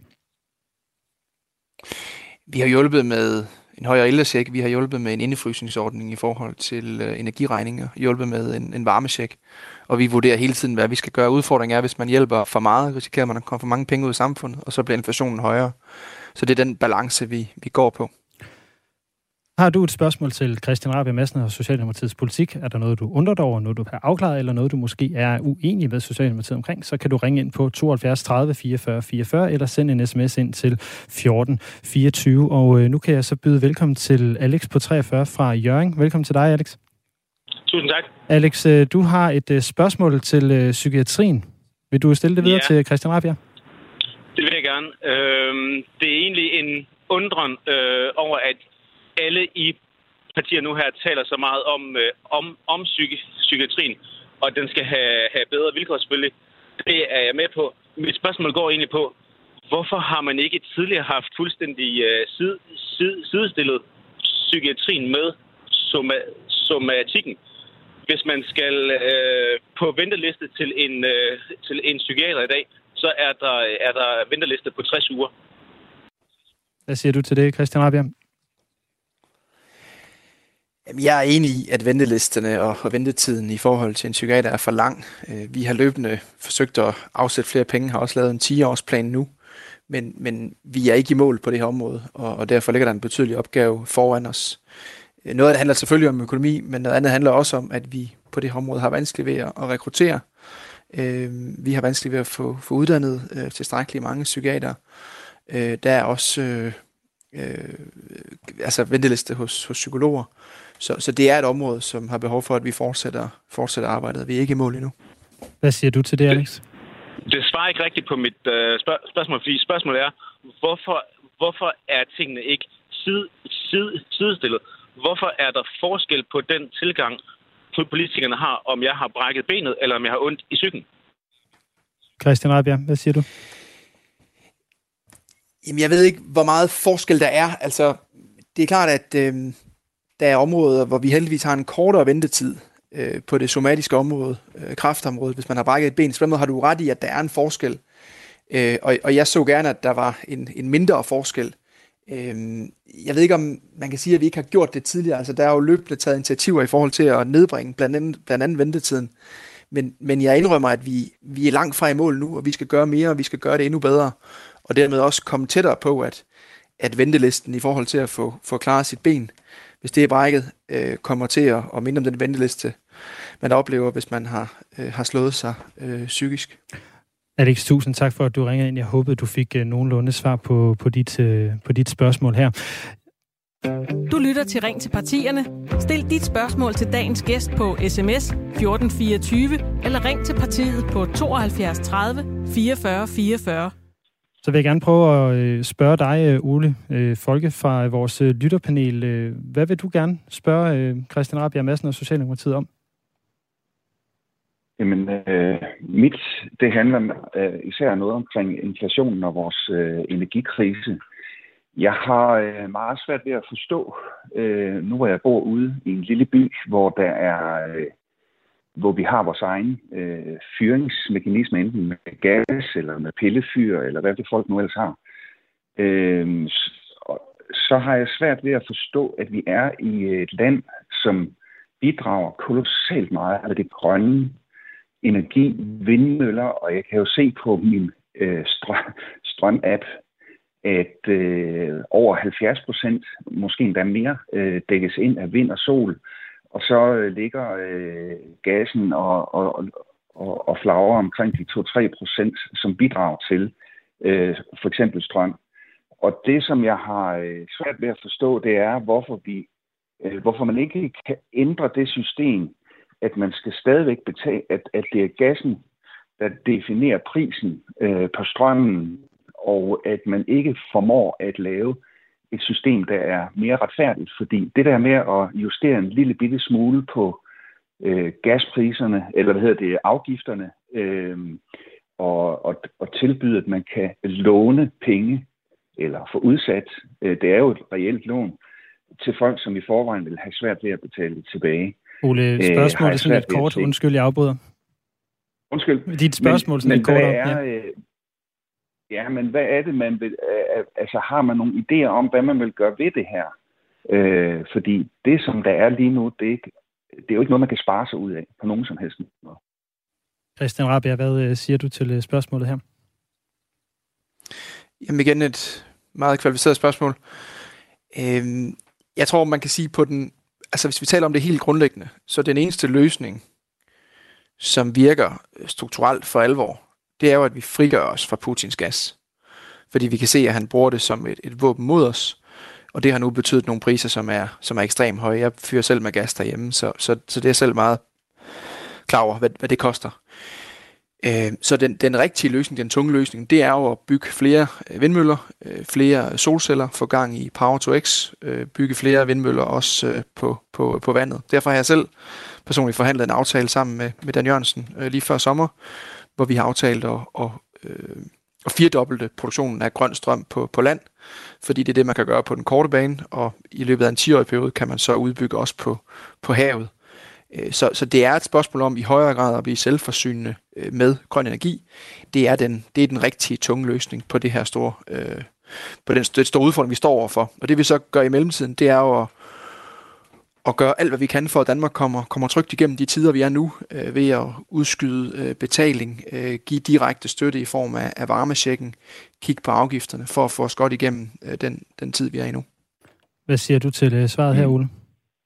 Vi har hjulpet med en højere ældrecheck, vi har hjulpet med en indefrysningsordning i forhold til øh, energiregninger, hjulpet med en, en varmecheck, og vi vurderer hele tiden, hvad vi skal gøre. Udfordringen er, hvis man hjælper for meget, risikerer man at komme for mange penge ud i samfundet, og så bliver inflationen højere. Så det er den balance, vi, vi går på. Har du et spørgsmål til Christian Rabjerg Madsen og Socialdemokratiets politik? Er der noget, du undrer dig over, noget du har afklaret, eller noget, du måske er uenig med Socialdemokratiet omkring, så kan du ringe ind på tooghalvfjerds tredive fireogfyrre fireogfyrre, eller sende en sms ind til fjorten fireogtyve. Og øh, nu kan jeg så byde velkommen til Alex på treogfyrre fra Hjørring. Velkommen til dig, Alex. Tusind tak. Alex, øh, du har et øh, spørgsmål til øh, psykiatrien. Vil du stille det videre ja. til Christian Rabjerg? Det vil jeg gerne. Øh, det er egentlig en undren øh, over, at alle i partier nu her taler så meget om, øh, om, om psyki- psykiatrien, og den skal have, have bedre vilkår selvfølgelig. Det er jeg med på. Mit spørgsmål går egentlig på, hvorfor har man ikke tidligere haft fuldstændig øh, sid, sid, sidestillet psykiatrien med soma- somatikken? Hvis man skal øh, på venteliste til en, øh, til en psykiater i dag, så er der, er der venteliste på tres uger. Hvad siger du til det, Christian Rabjerg? Jeg er enig i, at ventelisterne og, og ventetiden i forhold til en psykiater er for lang. Vi har løbende forsøgt at afsætte flere penge, har også lavet en ti-årsplan nu, men, men vi er ikke i mål på det her område, og, og derfor ligger der en betydelig opgave foran os. Noget af det handler selvfølgelig om økonomi, men noget andet handler også om, at vi på det her område har vanskeligt ved at rekruttere. Vi har vanskeligt ved at få, få uddannet tilstrækkeligt mange psykiater. Der er også øh, øh, altså venteliste hos, hos psykologer. Så, så det er et område, som har behov for, at vi fortsætter, fortsætter arbejdet. Vi er ikke i mål endnu. Hvad siger du til det, Alex? Det, det svarer ikke rigtigt på mit øh, spørg- spørgsmål, fordi spørgsmålet er, hvorfor, hvorfor er tingene ikke side, side, sidestillet? Hvorfor er der forskel på den tilgang, politikerne har, om jeg har brækket benet, eller om jeg har ondt i psyken? Christian Rabjerg, hvad siger du? Jamen, jeg ved ikke, hvor meget forskel der er. Altså, det er klart, at øh, der er områder, hvor vi heldigvis har en kortere ventetid øh, på det somatiske område, øh, kræftområdet, hvis man har brækket et ben. Så på den måde har du ret i, at der er en forskel. Øh, og, og jeg så gerne, at der var en, en mindre forskel. Øh, jeg ved ikke, om man kan sige, at vi ikke har gjort det tidligere. Altså, der er jo løbende taget initiativer i forhold til at nedbringe blandt andet, blandt andet ventetiden. Men, men jeg indrømmer, at vi, vi er langt fra i mål nu, og vi skal gøre mere, og vi skal gøre det endnu bedre. Og dermed også komme tættere på, at, at ventelisten i forhold til at få, få klaret sit ben, hvis det er brækket, øh, kommer til at, at minde om den venteliste, man oplever, hvis man har, øh, har slået sig øh, psykisk. Alex, tusind tak for, at du ringede ind. Jeg håbede, du fik øh, nogenlunde svar på, på, dit, øh, på dit spørgsmål her. Du lytter til Ring til partierne. Stil dit spørgsmål til dagens gæst på sms fjorten fireogtyve, eller ring til partiet på tooghalvfjerds tredive fireogfyrre fireogfyrre. Så vil jeg gerne prøve at spørge dig, Ole Folke, fra vores lytterpanel. Hvad vil du gerne spørge Christian Rabjerg Madsen og Socialdemokratiet om? Jamen, øh, mit, det handler øh, især noget omkring inflationen og vores øh, energikrise. Jeg har øh, meget svært ved at forstå, øh, nu hvor jeg bor ude i en lille by, hvor der er, øh, hvor vi har vores egen øh, fyringsmekanisme, enten med gas eller med pillefyr, eller hvad det folk nu ellers har. Øh, så har jeg svært ved at forstå, at vi er i et land, som bidrager kolossalt meget af det grønne energi, vindmøller, og jeg kan jo se på min øh, strøm, strøm-app, at øh, over halvfjerds procent, måske endda mere, øh, dækkes ind af vind og sol, og så øh, ligger øh, gassen og, og, og, og flagrer omkring de to til tre procent, som bidrager til øh, for eksempel strøm. Og det, som jeg har øh, svært ved at forstå, det er, hvorfor, vi, øh, hvorfor man ikke kan ændre det system, at man skal stadigvæk betale, at, at det er gassen, der definerer prisen øh, på strømmen, og at man ikke formår at lave et system, der er mere retfærdigt. Fordi det der med at justere en lille bitte smule på øh, gaspriserne, eller hvad hedder det, afgifterne, øh, og, og, og tilbyde, at man kan låne penge, eller få udsat, øh, det er jo et reelt lån, til folk, som i forvejen vil have svært ved at betale det tilbage. Ole, spørgsmål er sådan lidt kort. Undskyld, jeg afbryder. Undskyld. Dit spørgsmål er sådan lidt kort. Er, ja. ja, men hvad er det, man vil... Altså, har man nogle idéer om, hvad man vil gøre ved det her? Øh, fordi det, som der er lige nu, det er, ikke, det er jo ikke noget, man kan spare sig ud af på nogen som helst måde. Christian Rabjerg, hvad siger du til spørgsmålet her? Jamen igen et meget kvalificeret spørgsmål. Øhm, jeg tror, man kan sige på den... Altså hvis vi taler om det helt grundlæggende, så den eneste løsning, som virker strukturelt for alvor, det er jo, at vi frigør os fra Putins gas. Fordi vi kan se, at han bruger det som et, et våben mod os, og det har nu betydet nogle priser, som er, som er ekstremt høje. Jeg fyrer selv med gas derhjemme, så, så, så det er selv meget klar over, hvad, hvad det koster. Øh, så den, den rigtige løsning, den tunge løsning, det er jo at bygge flere vindmøller, øh, flere solceller, få gang i Power to X, øh, bygge flere vindmøller også øh, på, på, på vandet. Derfor har jeg selv personligt forhandlet en aftale sammen med, med Dan Jørgensen øh, lige før sommer, hvor vi har aftalt at, at, øh, at firedobbelte produktionen af grøn strøm på, på land, fordi det er det, man kan gøre på den korte bane, og i løbet af en ti-årig periode kan man så udbygge også på, på havet. Så, så det er et spørgsmål om i højere grad at blive selvforsynende med grøn energi. Det er den, det er den rigtige tunge løsning på det her store, øh, på den store udfordring, vi står overfor. Og det vi så gør i mellemtiden, det er jo at, at gøre alt, hvad vi kan for, at Danmark kommer, kommer trygt igennem de tider, vi er nu, øh, ved at udskyde øh, betaling, øh, give direkte støtte i form af, af varmechecken, kigge på afgifterne, for at få os godt igennem øh, den, den tid, vi er i nu. Hvad siger du til øh, svaret her, Ole?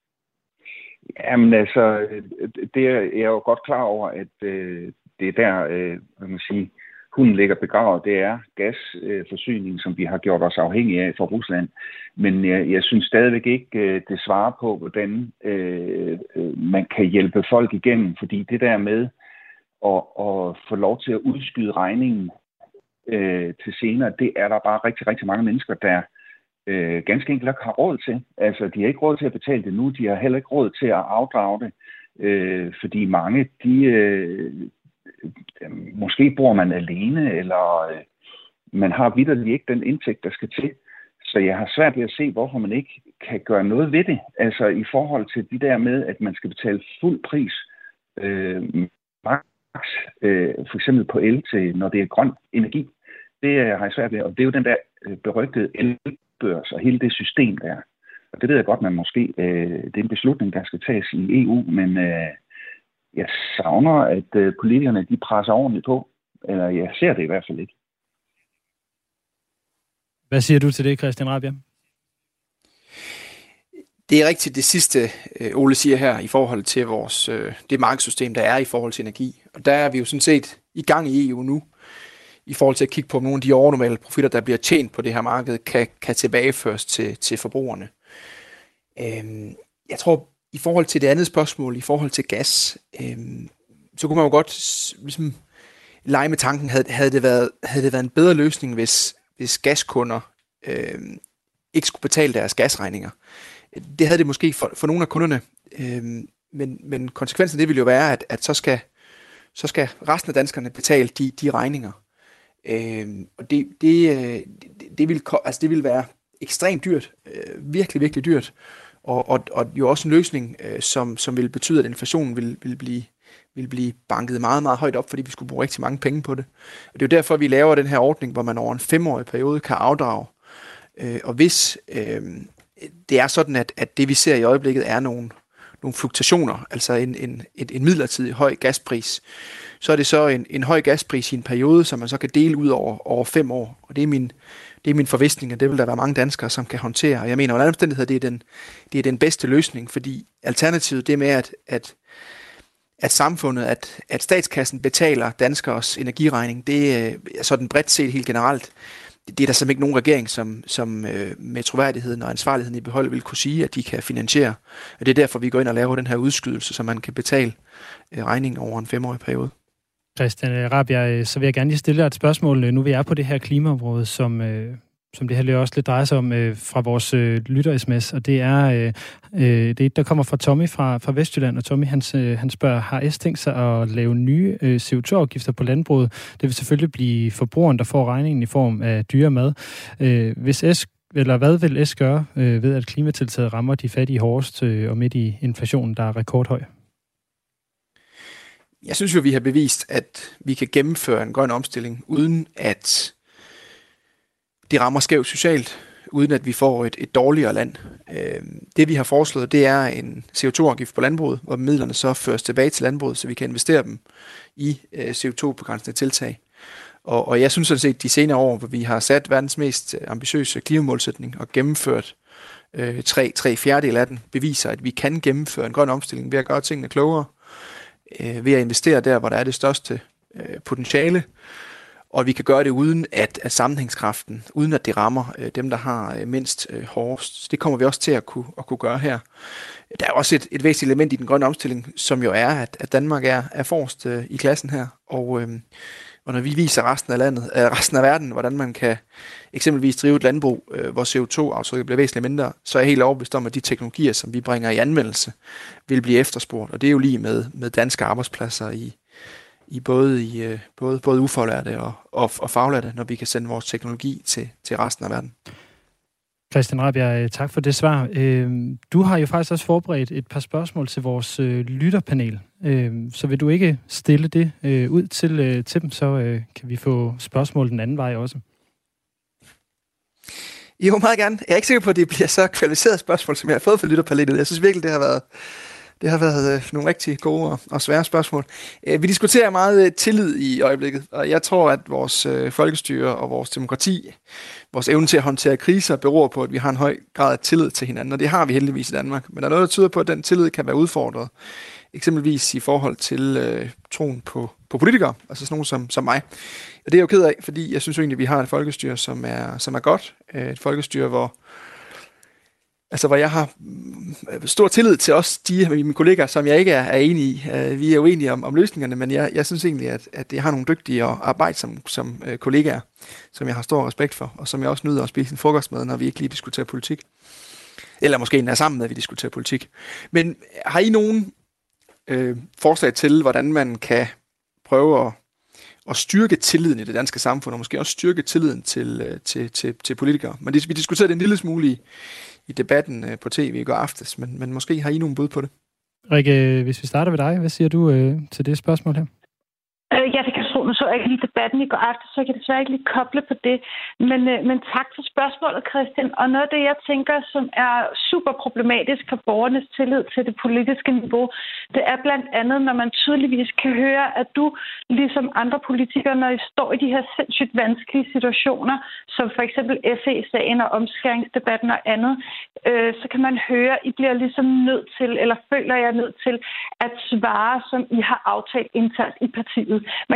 Jamen altså, det er jeg er jo godt klar over, at øh, det er der, øh, hvad man siger, hunden ligger begravet. Det er gasforsyningen, øh, som vi har gjort os afhængige af fra Rusland. Men jeg, jeg synes stadigvæk ikke, øh, det svarer på, hvordan øh, man kan hjælpe folk igennem. Fordi det der med at, at få lov til at udskyde regningen øh, til senere, det er der bare rigtig, rigtig mange mennesker, der Øh, ganske enkelt ikke har råd til. Altså, de har ikke råd til at betale det nu. De har heller ikke råd til at afdrage det. Øh, fordi mange, de... Øh, måske bor man alene, eller øh, man har vitterligt ikke den indtægt, der skal til. Så jeg har svært ved at se, hvorfor man ikke kan gøre noget ved det. Altså, i forhold til de der med, at man skal betale fuld pris. Øh, max, øh, for eksempel på el til, når det er grøn energi. Det har jeg svært ved. Og det er jo den der øh, berygtede el børs og hele det system der. Og det ved jeg godt, man måske, øh, det er en beslutning, der skal tages i E U, men øh, jeg savner, at øh, politikerne, de presser ordentligt på. Eller jeg ser det i hvert fald ikke. Hvad siger du til det, Christian Rabjerg? Det er rigtigt det sidste, Ole siger her, i forhold til vores, det markedssystem, der er i forhold til energi. Og der er vi jo sådan set i gang i E U nu, i forhold til at kigge på nogle af de overnormale profitter, der bliver tjent på det her marked, kan, kan tilbageføres til, til forbrugerne. Øhm, jeg tror, i forhold til det andet spørgsmål, i forhold til gas, øhm, så kunne man jo godt ligesom lege med tanken, havde, havde, det været, havde det været en bedre løsning, hvis, hvis gaskunder øh, ikke skulle betale deres gasregninger. Det havde det måske for, for nogle af kunderne, øh, men, men konsekvensen af det ville jo være, at, at så, skal, så skal resten af danskerne betale de, de regninger. Øh, og det, det, det, det, ville, altså det ville være ekstremt dyrt, øh, virkelig, virkelig dyrt, og, og, og jo også en løsning, øh, som, som ville betyde, at inflationen ville, ville, blive, ville blive banket meget, meget højt op, fordi vi skulle bruge rigtig mange penge på det. Og det er jo derfor, vi laver den her ordning, hvor man over en femårig periode kan afdrage. Øh, og hvis øh, det er sådan, at, at det vi ser i øjeblikket er nogle, nogle fluktuationer, altså en, en, en, en midlertidig høj gaspris, så er det så en, en høj gaspris i en periode, som man så kan dele ud over, over fem år. Og det er min, det er min forvisning, at det vil der være mange danskere, som kan håndtere. Og jeg mener, at under omstændighed, det er den, det er den bedste løsning, fordi alternativet det med, at, at, at samfundet, at, at statskassen betaler danskers energiregning, det er sådan bredt set helt generelt. Det er der simpelthen ikke nogen regering, som, som øh, med troværdigheden og ansvarligheden i behold vil kunne sige, at de kan finansiere. Og det er derfor, vi går ind og laver den her udskydelse, så man kan betale øh, regningen over en femårig periode. Christian Rabjerg, så vil jeg gerne lige stille dig et spørgsmål, nu vi er på det her klimaområde, som, øh, som det her også lidt drejer sig om øh, fra vores øh, lytter-sms, og det er øh, øh, det, der kommer fra Tommy fra, fra Vestjylland, og Tommy han, øh, han spørger, har S tænkt sig at lave nye øh, C O to afgifter på landbruget? Det vil selvfølgelig blive forbrugeren, der får regningen i form af dyre mad. Øh, hvis S Eller hvad vil S gøre øh, ved, at klimatiltaget rammer de fattige hårdest øh, og midt i inflationen, der er rekordhøj? Jeg synes jo, vi har bevist, at vi kan gennemføre en grøn omstilling, uden at det rammer skævt socialt, uden at vi får et, et dårligere land. Det vi har foreslået, det er en C O to afgift på landbruget, hvor midlerne så føres tilbage til landbruget, så vi kan investere dem i C O to begrænsende tiltag. Og, og jeg synes sådan set, de senere år, hvor vi har sat verdens mest ambitiøse klimamålsætning og gennemført øh, tre, tre fjerdedel af den, beviser, at vi kan gennemføre en grøn omstilling ved at gøre tingene klogere, øh, ved at investere der, hvor der er det største øh, potentiale, og vi kan gøre det uden at, at sammenhængskraften, uden at det rammer øh, dem, der har øh, mindst øh, hårdest. Så det kommer vi også til at kunne, at kunne gøre her. Der er også et, et væsentligt element i den grønne omstilling, som jo er, at, at Danmark er, er forrest øh, i klassen her, og øh, Og når vi viser resten af landet, øh, resten af verden, hvordan man kan eksempelvis drive et landbrug, øh, hvor C O to aftrykket bliver væsentligt mindre, så er jeg helt overbevist om, at de teknologier, som vi bringer i anvendelse, vil blive efterspurgt. Og det er jo lige med, med danske arbejdspladser i, i både i øh, både, både ufaglærte og, og, og faglærte, når vi kan sende vores teknologi til, til resten af verden. Christian Rabjerg, tak for det svar. Du har jo faktisk også forberedt et par spørgsmål til vores lytterpanel. Så vil du ikke stille det ud til, til dem, så kan vi få spørgsmål den anden vej også. Jo, meget gerne. Jeg er ikke sikker på, at det bliver så kvalificeret spørgsmål, som jeg har fået fra lytterpanelet. Jeg synes virkelig, det har været, det har været nogle rigtig gode og svære spørgsmål. Vi diskuterer meget tillid i øjeblikket, og jeg tror, at vores folkestyre og vores demokrati, vores evne til at håndtere kriser, beror på, at vi har en høj grad af tillid til hinanden, og det har vi heldigvis i Danmark. Men der er noget, der tyder på, at den tillid kan være udfordret. Eksempelvis i forhold til øh, troen på, på politikere, altså sådan nogen som, som mig. Og det er jeg jo ked af, fordi jeg synes jo egentlig, at vi har et folkestyre, som er, som er godt. Et folkestyre, hvor Altså, hvor jeg har stor tillid til også de af mine kollegaer, som jeg ikke er, er enige i. Uh, vi er uenige om, om løsningerne, men jeg, jeg synes egentlig, at, at jeg har nogle dygtige og arbejdsomme som, uh, kollegaer, som jeg har stor respekt for, og som jeg også nyder at spise en frokost med, når vi ikke lige diskuterer politik. Eller måske endda sammen med, at vi diskuterer politik. Men har I nogen øh, forslag til, hvordan man kan prøve at, at styrke tilliden i det danske samfund, og måske også styrke tilliden til, til, til, til politikere? Men det, vi diskuterede det en lille smule i i debatten på tv i går aftes, men, men måske har I nogle bud på det? Rikke, hvis vi starter ved dig, hvad siger du øh, til det spørgsmål her? Øh, ja, det kan jeg tro. Nu så jeg ikke lige debatten i går aftes, så jeg kan desværre ikke lige koble på det. Men, øh, men tak for spørgsmålet, Christian. Og noget af det, jeg tænker, som er super problematisk for borgernes tillid til det politiske niveau, det er blandt andet, når man tydeligvis kan høre, at du, ligesom andre politikere, når I står i de her sindssygt vanskelige situationer, som for eksempel F E-sagen og omskæringsdebatten og andet, øh, så kan man høre, at I bliver ligesom nødt til, eller føler jeg nødt til, at svare, som I har aftalt internt i partiet. Man kan ligesom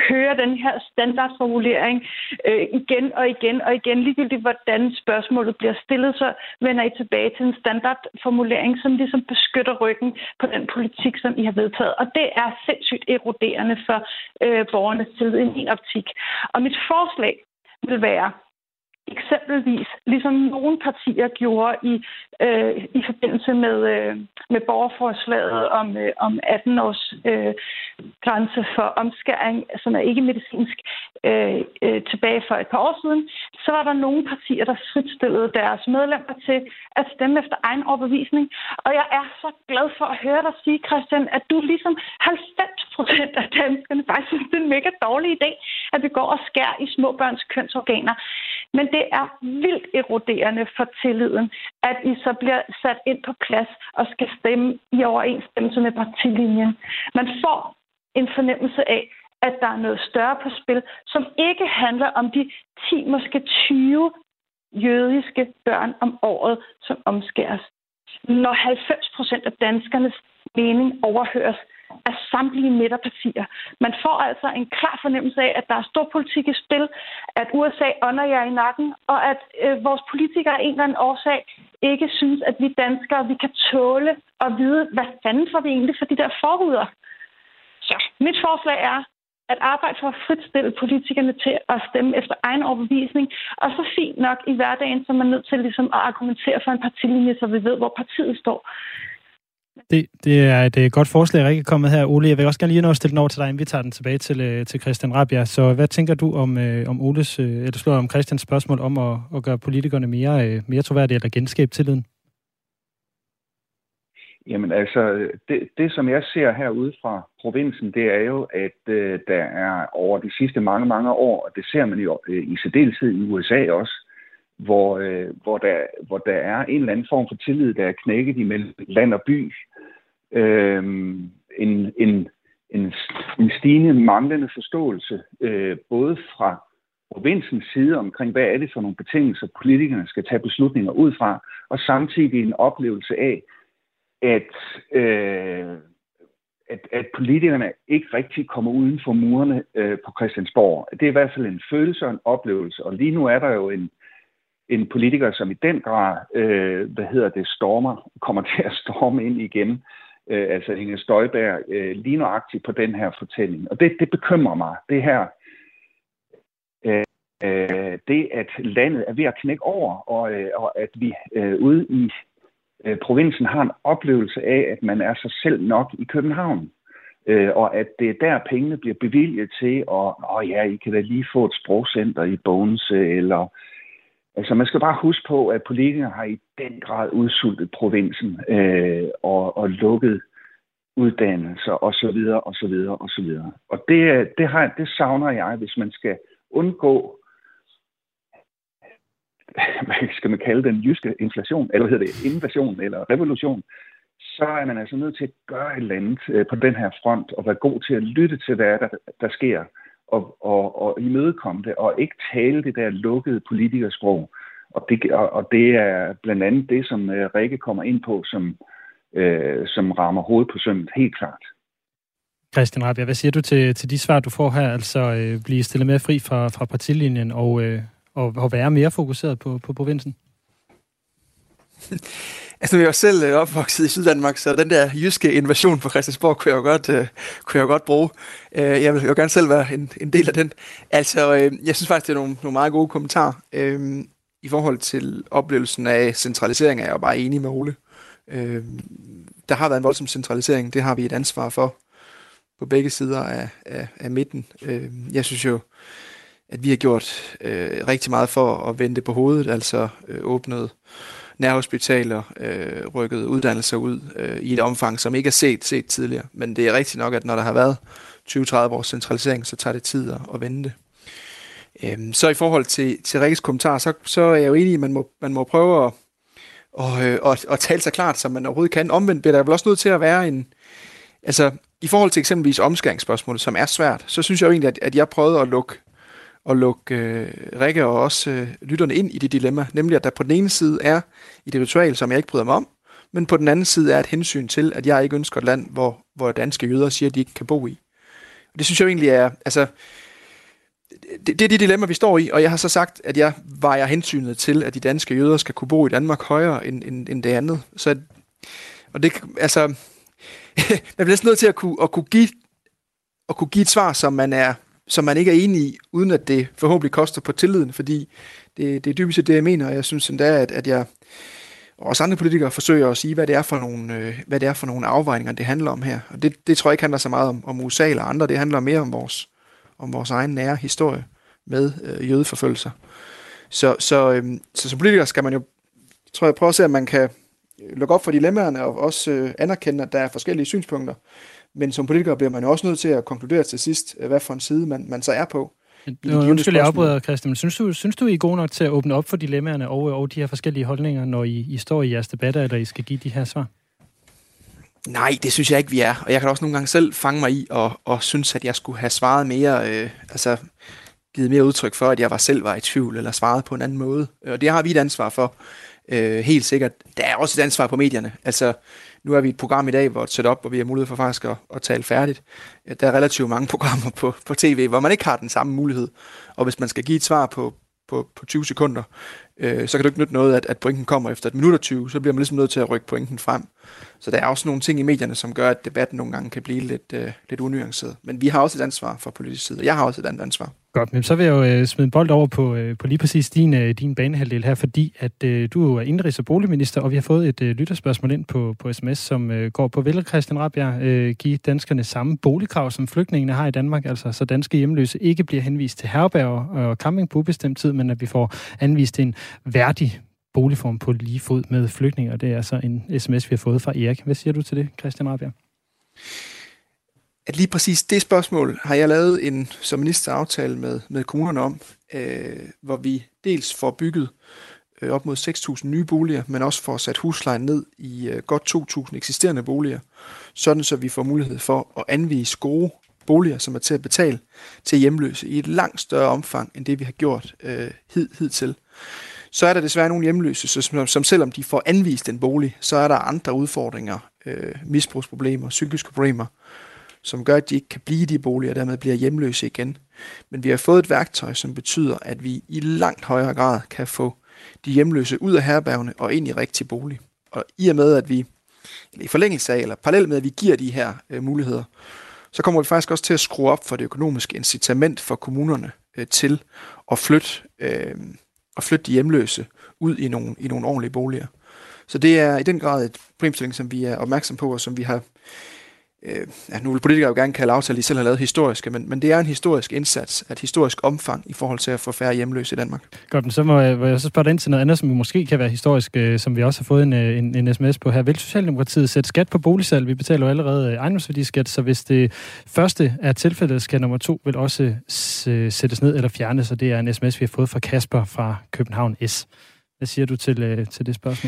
høre den her standardformulering øh, igen og igen og igen. Ligegyldigt hvordan spørgsmålet bliver stillet, så vender I tilbage til en standardformulering, som ligesom beskytter ryggen på den politik, som I har vedtaget. Og det er sindssygt eroderende for øh, borgernes tillid i min optik. Og mit forslag vil være eksempelvis, ligesom nogle partier gjorde i, øh, i forbindelse med, øh, med borgerforslaget om, øh, om atten års øh, grænse for omskæring, som er ikke medicinsk, øh, øh, tilbage for et par år siden, så var der nogle partier, der fritstillede deres medlemmer til at stemme efter egen overbevisning. Og jeg er så glad for at høre dig sige, Christian, at du ligesom halvfems procent af danskerne faktisk synes, det er en mega dårlig idé, at vi går og skærer i små børns kønsorganer. Men det er vildt eroderende for tilliden, at I så bliver sat ind på plads og skal stemme i overensstemmelse med partilinjen. Man får en fornemmelse af, at der er noget større på spil, som ikke handler om de ti, måske tyve jødiske børn om året, som omskæres. Når halvfems procent af danskernes mening overhøres af samtlige midterpartier. Man får altså en klar fornemmelse af, at der er stor politik i spil, at U S A ånder jer i nakken, og at øh, vores politikere af en eller anden årsag ikke synes, at vi danskere, vi kan tåle og vide, hvad fanden får vi egentlig for de der forhuder. Så mit forslag er at arbejde for at fritstille politikerne til at stemme efter egen overbevisning, og så fint nok i hverdagen, så man er nødt til ligesom at argumentere for en partilinje, så vi ved, hvor partiet står. Det, det er et, et godt forslag, Rikke er kommet her. Ole, jeg vil også gerne lige nå at stille den over til dig, inden vi tager den tilbage til, til Christian Rabjerg. Så hvad tænker du om, øh, om Oles, øh, eller slår om Christians spørgsmål om at, at gøre politikerne mere, øh, mere troværdige eller genskabe tilliden? Jamen altså, det, det som jeg ser herude fra provinsen, det er jo, at øh, der er over de sidste mange, mange år, og det ser man jo øh, i særdeleshed i U S A også, hvor, øh, hvor, der, hvor der er en eller anden form for tillid, der er knækket imellem land og by. Øh, en, en, en, en stigende manglende forståelse, øh, både fra provinsens side omkring, hvad er det for nogle betingelser, politikerne skal tage beslutninger ud fra, og samtidig en oplevelse af, at, øh, at, at politikerne ikke rigtig kommer uden for murene øh, på Christiansborg. Det er i hvert fald en følelse og en oplevelse, og lige nu er der jo en en politiker, som i den grad, øh, hvad hedder det, stormer, kommer til at storme ind igen, øh, altså Inger Støjberg, øh, lige nøjagtigt på den her fortælling. Og det, det bekymrer mig, det her, øh, øh, det at landet er ved at knække over, og, øh, og at vi øh, ude i øh, provinsen har en oplevelse af, at man er sig selv nok i København. Øh, og at det er der, pengene bliver bevilget til, og åh ja, I kan da lige få et sprogcenter i Bogense, eller altså, man skal bare huske på, at politikere har i den grad udsultet provinsen øh, og, og lukket uddannelser og så videre og så videre og så videre. Og det, det, har, det savner jeg, hvis man skal undgå, hvad skal man kalde den, jyske inflation, eller hvad hedder det, invasion eller revolution, så er man altså nødt til at gøre et eller andet øh, på den her front og være god til at lytte til, hvad der, der sker. Og, og, og imødekomme det, og ikke tale det der lukkede politikersprog. Og det, og, og det er blandt andet det, som uh, Rikke kommer ind på, som, uh, som rammer hovedet på sømmet helt klart. Christian Rabjerg, hvad siger du til, til de svar, du får her? Altså uh, blive stillet mere fri fra, fra partilinjen og, uh, og, og være mere fokuseret på, på provinsen? Altså, jeg er selv opvokset i Syddanmark, så den der jyske invasion på Christiansborg kunne jeg jo godt, øh, kunne jeg jo godt bruge. Øh, jeg vil jo gerne selv være en, en del af den. Altså, øh, jeg synes faktisk, det er nogle, nogle meget gode kommentarer. Øh, I forhold til oplevelsen af centralisering er jeg jo bare enig med Ole. Øh, der har været en voldsom centralisering, det har vi et ansvar for på begge sider af, af, af midten. Øh, jeg synes jo, at vi har gjort øh, rigtig meget for at vende det på hovedet, altså øh, åbnet nærhospitaler, øh, rykket uddannelser ud øh, i et omfang, som ikke er set, set tidligere. Men det er rigtigt nok, at når der har været tyve til tredive års centralisering, så tager det tid at, at vende det. Øhm, så i forhold til, til Rikkes kommentar, så, så er jeg jo enig i, at man må, man må prøve at, og, øh, at, at tale sig klart, som man overhovedet kan. Omvendt bliver der vel også nødt til at være en... Altså, i forhold til eksempelvis omskæringsspørgsmålet, som er svært, så synes jeg jo egentlig, at, at jeg prøvede at lukke og lukke øh, Rikke og også øh, lytterne ind i det dilemma, nemlig at der på den ene side er i det ritual, som jeg ikke bryder mig om, men på den anden side er et hensyn til, at jeg ikke ønsker et land, hvor, hvor danske jøder siger, at de ikke kan bo i. Og det synes jeg egentlig er, altså, det, det er de dilemma, vi står i, og jeg har så sagt, at jeg vejer hensynet til, at de danske jøder skal kunne bo i Danmark højere end, end, end det andet. Så, og det, altså, man bliver næsten nødt til at kunne, at kunne give at kunne give et svar, som man er, som man ikke er enig i, uden at det forhåbentlig koster på tilliden, fordi det, det er dybest set det, jeg mener, og jeg synes endda, at, at jeg og også andre politikere forsøger at sige, hvad det er for nogle, øh, hvad det er for nogle afvejninger, det handler om her. Og det, det tror jeg ikke handler så meget om, om U S A eller andre, det handler mere om vores, om vores egen nære historie med øh, jødeforfølgelser. Så, så, øh, så som politiker skal man jo, tror jeg, prøve at se, at man kan lukke op for dilemmaerne og også øh, anerkende, at der er forskellige synspunkter. Men som politiker bliver man jo også nødt til at konkludere til sidst, hvad for en side man, man så er på. Nu undskyld, jeg afbryder, Christian, men synes du, synes du, I er gode nok til at åbne op for dilemmaerne og, og de her forskellige holdninger, når I, I står i jeres debatter, eller I skal give de her svar? Nej, det synes jeg ikke, vi er. Og jeg kan også nogle gange selv fange mig i og, og synes, at jeg skulle have svaret mere, øh, altså givet mere udtryk for, at jeg var selv var i tvivl, eller svaret på en anden måde. Og det har vi et ansvar for. Øh, helt sikkert. Der er også et ansvar på medierne. Altså, nu er vi et program i dag, hvor et setup, hvor vi har mulighed for faktisk at, at tale færdigt. Der er relativt mange programmer på, på tv, hvor man ikke har den samme mulighed. Og hvis man skal give et svar på, på, på tyve sekunder, øh, så kan det ikke nytte noget, at, at pointen kommer efter et minut og tyve, så bliver man ligesom nødt til at rykke pointen frem. Så der er også nogle ting i medierne, som gør, at debatten nogle gange kan blive lidt, øh, lidt unuanceret. Men vi har også et ansvar fra politisk side, og jeg har også et andet ansvar. Godt, men så vil jeg jo øh, smide en bold over på, øh, på lige præcis din, øh, din banehalvdel her, fordi at øh, du er indrigs- og boligminister, og vi har fået et øh, lytterspørgsmål ind på, på sms, som øh, går på, vil Christian Rabjerg øh, give danskerne samme boligkrav, som flygtningene har i Danmark, altså så danske hjemløse ikke bliver henvist til herberger og camping på ubestemt tid, men at vi får anvist en værdig boligform på lige fod med flygtninge, og det er altså en sms, vi har fået fra Erik. Hvad siger du til det, Christian Rabjerg? At lige præcis det spørgsmål har jeg lavet en som minister aftale med, med kommunerne om, øh, hvor vi dels får bygget øh, op mod seks tusind nye boliger, men også får sat huslejen ned i øh, godt to tusind eksisterende boliger, sådan så vi får mulighed for at anvise gode boliger, som er til at betale til hjemløse i et langt større omfang, end det vi har gjort øh, hid, hidtil. Så er der desværre nogle hjemløse, som, som selvom de får anvist en bolig, så er der andre udfordringer, øh, misbrugsproblemer, psykiske problemer, som gør, at de ikke kan blive i de boliger, og dermed bliver hjemløse igen. Men vi har fået et værktøj, som betyder, at vi i langt højere grad kan få de hjemløse ud af herbergene og ind i rigtig bolig. Og i og med, at vi, eller i forlængelse af, eller parallelt med, at vi giver de her øh, muligheder, så kommer vi faktisk også til at skrue op for det økonomiske incitament for kommunerne øh, til at flytte, øh, at flytte de hjemløse ud i nogle, i nogle ordentlige boliger. Så det er i den grad et problemstilling, som vi er opmærksom på, og som vi har Øh, ja, nu vil politikere jo gerne kalde aftaler, de selv har lavet historiske, men, men det er en historisk indsats, et historisk omfang i forhold til at få færre hjemløse i Danmark. Godt, men så må jeg, jeg så spørge dig ind til noget andet, som måske kan være historisk, øh, som vi også har fået en, en, en sms på her. Vil Socialdemokratiet sætte skat på boligsalg? Vi betaler jo allerede ejendomsværdiskat, så hvis det første er tilfældet, skal nummer to vel også sættes ned eller fjernes, og det er en sms, vi har fået fra Kasper fra København S. Hvad siger du til, øh, til det spørgsmål?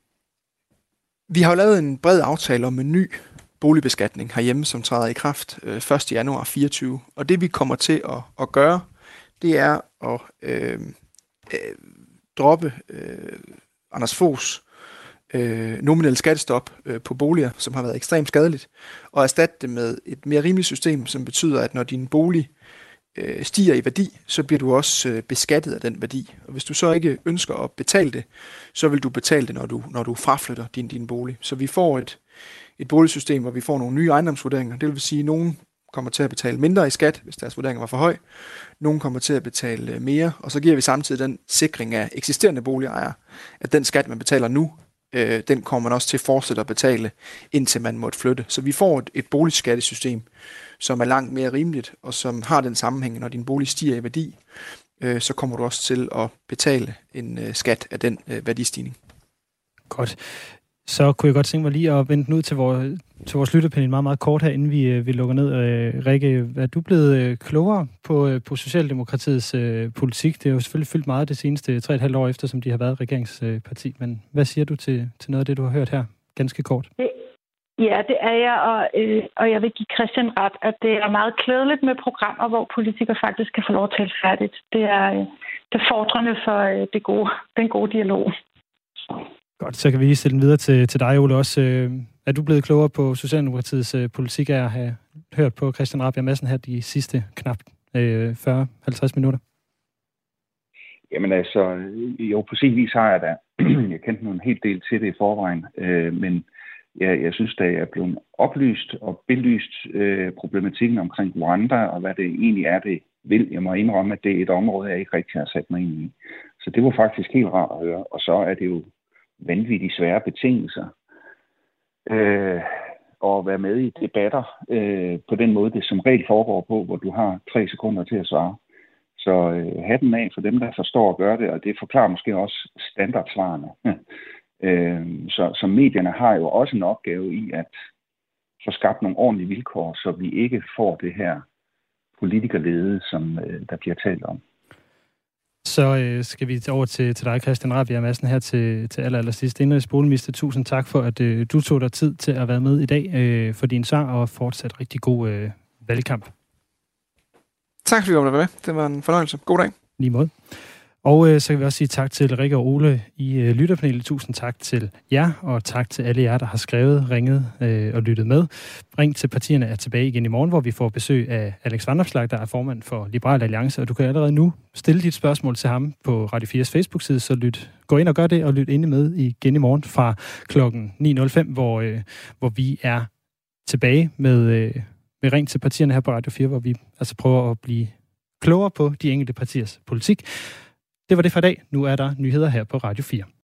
Vi har jo lavet en bred aftale om en ny boligbeskatning herhjemme, som træder i kraft øh, første januar fireogtyve. Og det vi kommer til at, at gøre, det er at øh, øh, droppe øh, Anders Foghs øh, nominelle skattestop øh, på boliger, som har været ekstremt skadeligt, og erstatte det med et mere rimeligt system, som betyder, at når din bolig øh, stiger i værdi, så bliver du også øh, beskattet af den værdi. Og hvis du så ikke ønsker at betale det, så vil du betale det, når du, når du fraflytter din, din bolig. Så vi får et et boligsystem, hvor vi får nogle nye ejendomsvurderinger. Det vil sige, at nogen kommer til at betale mindre i skat, hvis deres vurderinger var for høj. Nogen kommer til at betale mere, og så giver vi samtidig den sikring af eksisterende boligejere, at den skat, man betaler nu, øh, den kommer man også til at fortsætte at betale, indtil man måtte flytte. Så vi får et, et boligskattesystem, som er langt mere rimeligt, og som har den sammenhæng, når din bolig stiger i værdi, øh, så kommer du også til at betale en øh, skat af den øh, værdistigning. Godt. Så kunne jeg godt tænke mig lige at vente ud til vores, til vores lytterpanel meget, meget kort her, inden vi, vi lukker ned. Rikke, er du blevet klogere på, på Socialdemokratiets øh, politik? Det er jo selvfølgelig fyldt meget det seneste tre og et halvt år efter, som de har været regeringsparti. Men hvad siger du til, til noget af det, du har hørt her? Ganske kort. Ja, det er jeg, og, øh, og jeg vil give Christian ret, at det er meget klædeligt med programmer, hvor politikere faktisk kan få lov at tale færdigt. Det er, øh, det er fordrende for øh, det gode, den gode dialog. Godt, så kan vi lige stille den videre til, til dig, Ole, også. Er du blevet klogere på Socialdemokratiets politik af at have hørt på Christian Rabjerg Madsen her de sidste knap øh, fyrre til halvtreds minutter? Jamen altså, jo, på sin vis har jeg da. Jeg kendte nu en hel del til det i forvejen, øh, men jeg, jeg synes, da jeg er blevet oplyst og belyst øh, problematikken omkring Rwanda, og hvad det egentlig er, det vil. Jeg må indrømme, at det er et område, jeg ikke rigtig har sat mig ind i. Så det var faktisk helt rart at høre. Og så er det jo vanvittigt svære betingelser. Øh, at være med i debatter øh, på den måde, det som regel foregår på, hvor du har tre sekunder til at svare. Så øh, hatten af for dem, der forstår at gøre det, og det forklarer måske også standardsvarene. øh, så, så medierne har jo også en opgave i at få skabt nogle ordentlige vilkår, så vi ikke får det her politikerlede, som øh, der bliver talt om. Så øh, skal vi over til, til dig, Christian Rabjerg Madsen, her til, til aller, aller sidst. Indenrigsboligminister, tusind tak for, at øh, du tog dig tid til at være med i dag øh, for din svar, og fortsat rigtig god øh, valgkamp. Tak fordi du var med. Det var en fornøjelse. God dag. Lige måde. Og øh, så kan vi også sige tak til Rikke og Ole i øh, lytterpanelet. Tusind tak til jer, og tak til alle jer, der har skrevet, ringet øh, og lyttet med. Ring til partierne er tilbage igen i morgen, hvor vi får besøg af Alex Vanopslagh, der er formand for Liberal Alliance, og du kan allerede nu stille dit spørgsmål til ham på Radio fires Facebook-side, så lyt, gå ind og gør det, og lyt inde med igen i morgen fra klokken ni nul fem, hvor, øh, hvor vi er tilbage med, øh, med Ring til partierne her på Radio fire, hvor vi altså prøver at blive klogere på de enkelte partiers politik. Det var det for i dag. Nu er der nyheder her på Radio fire.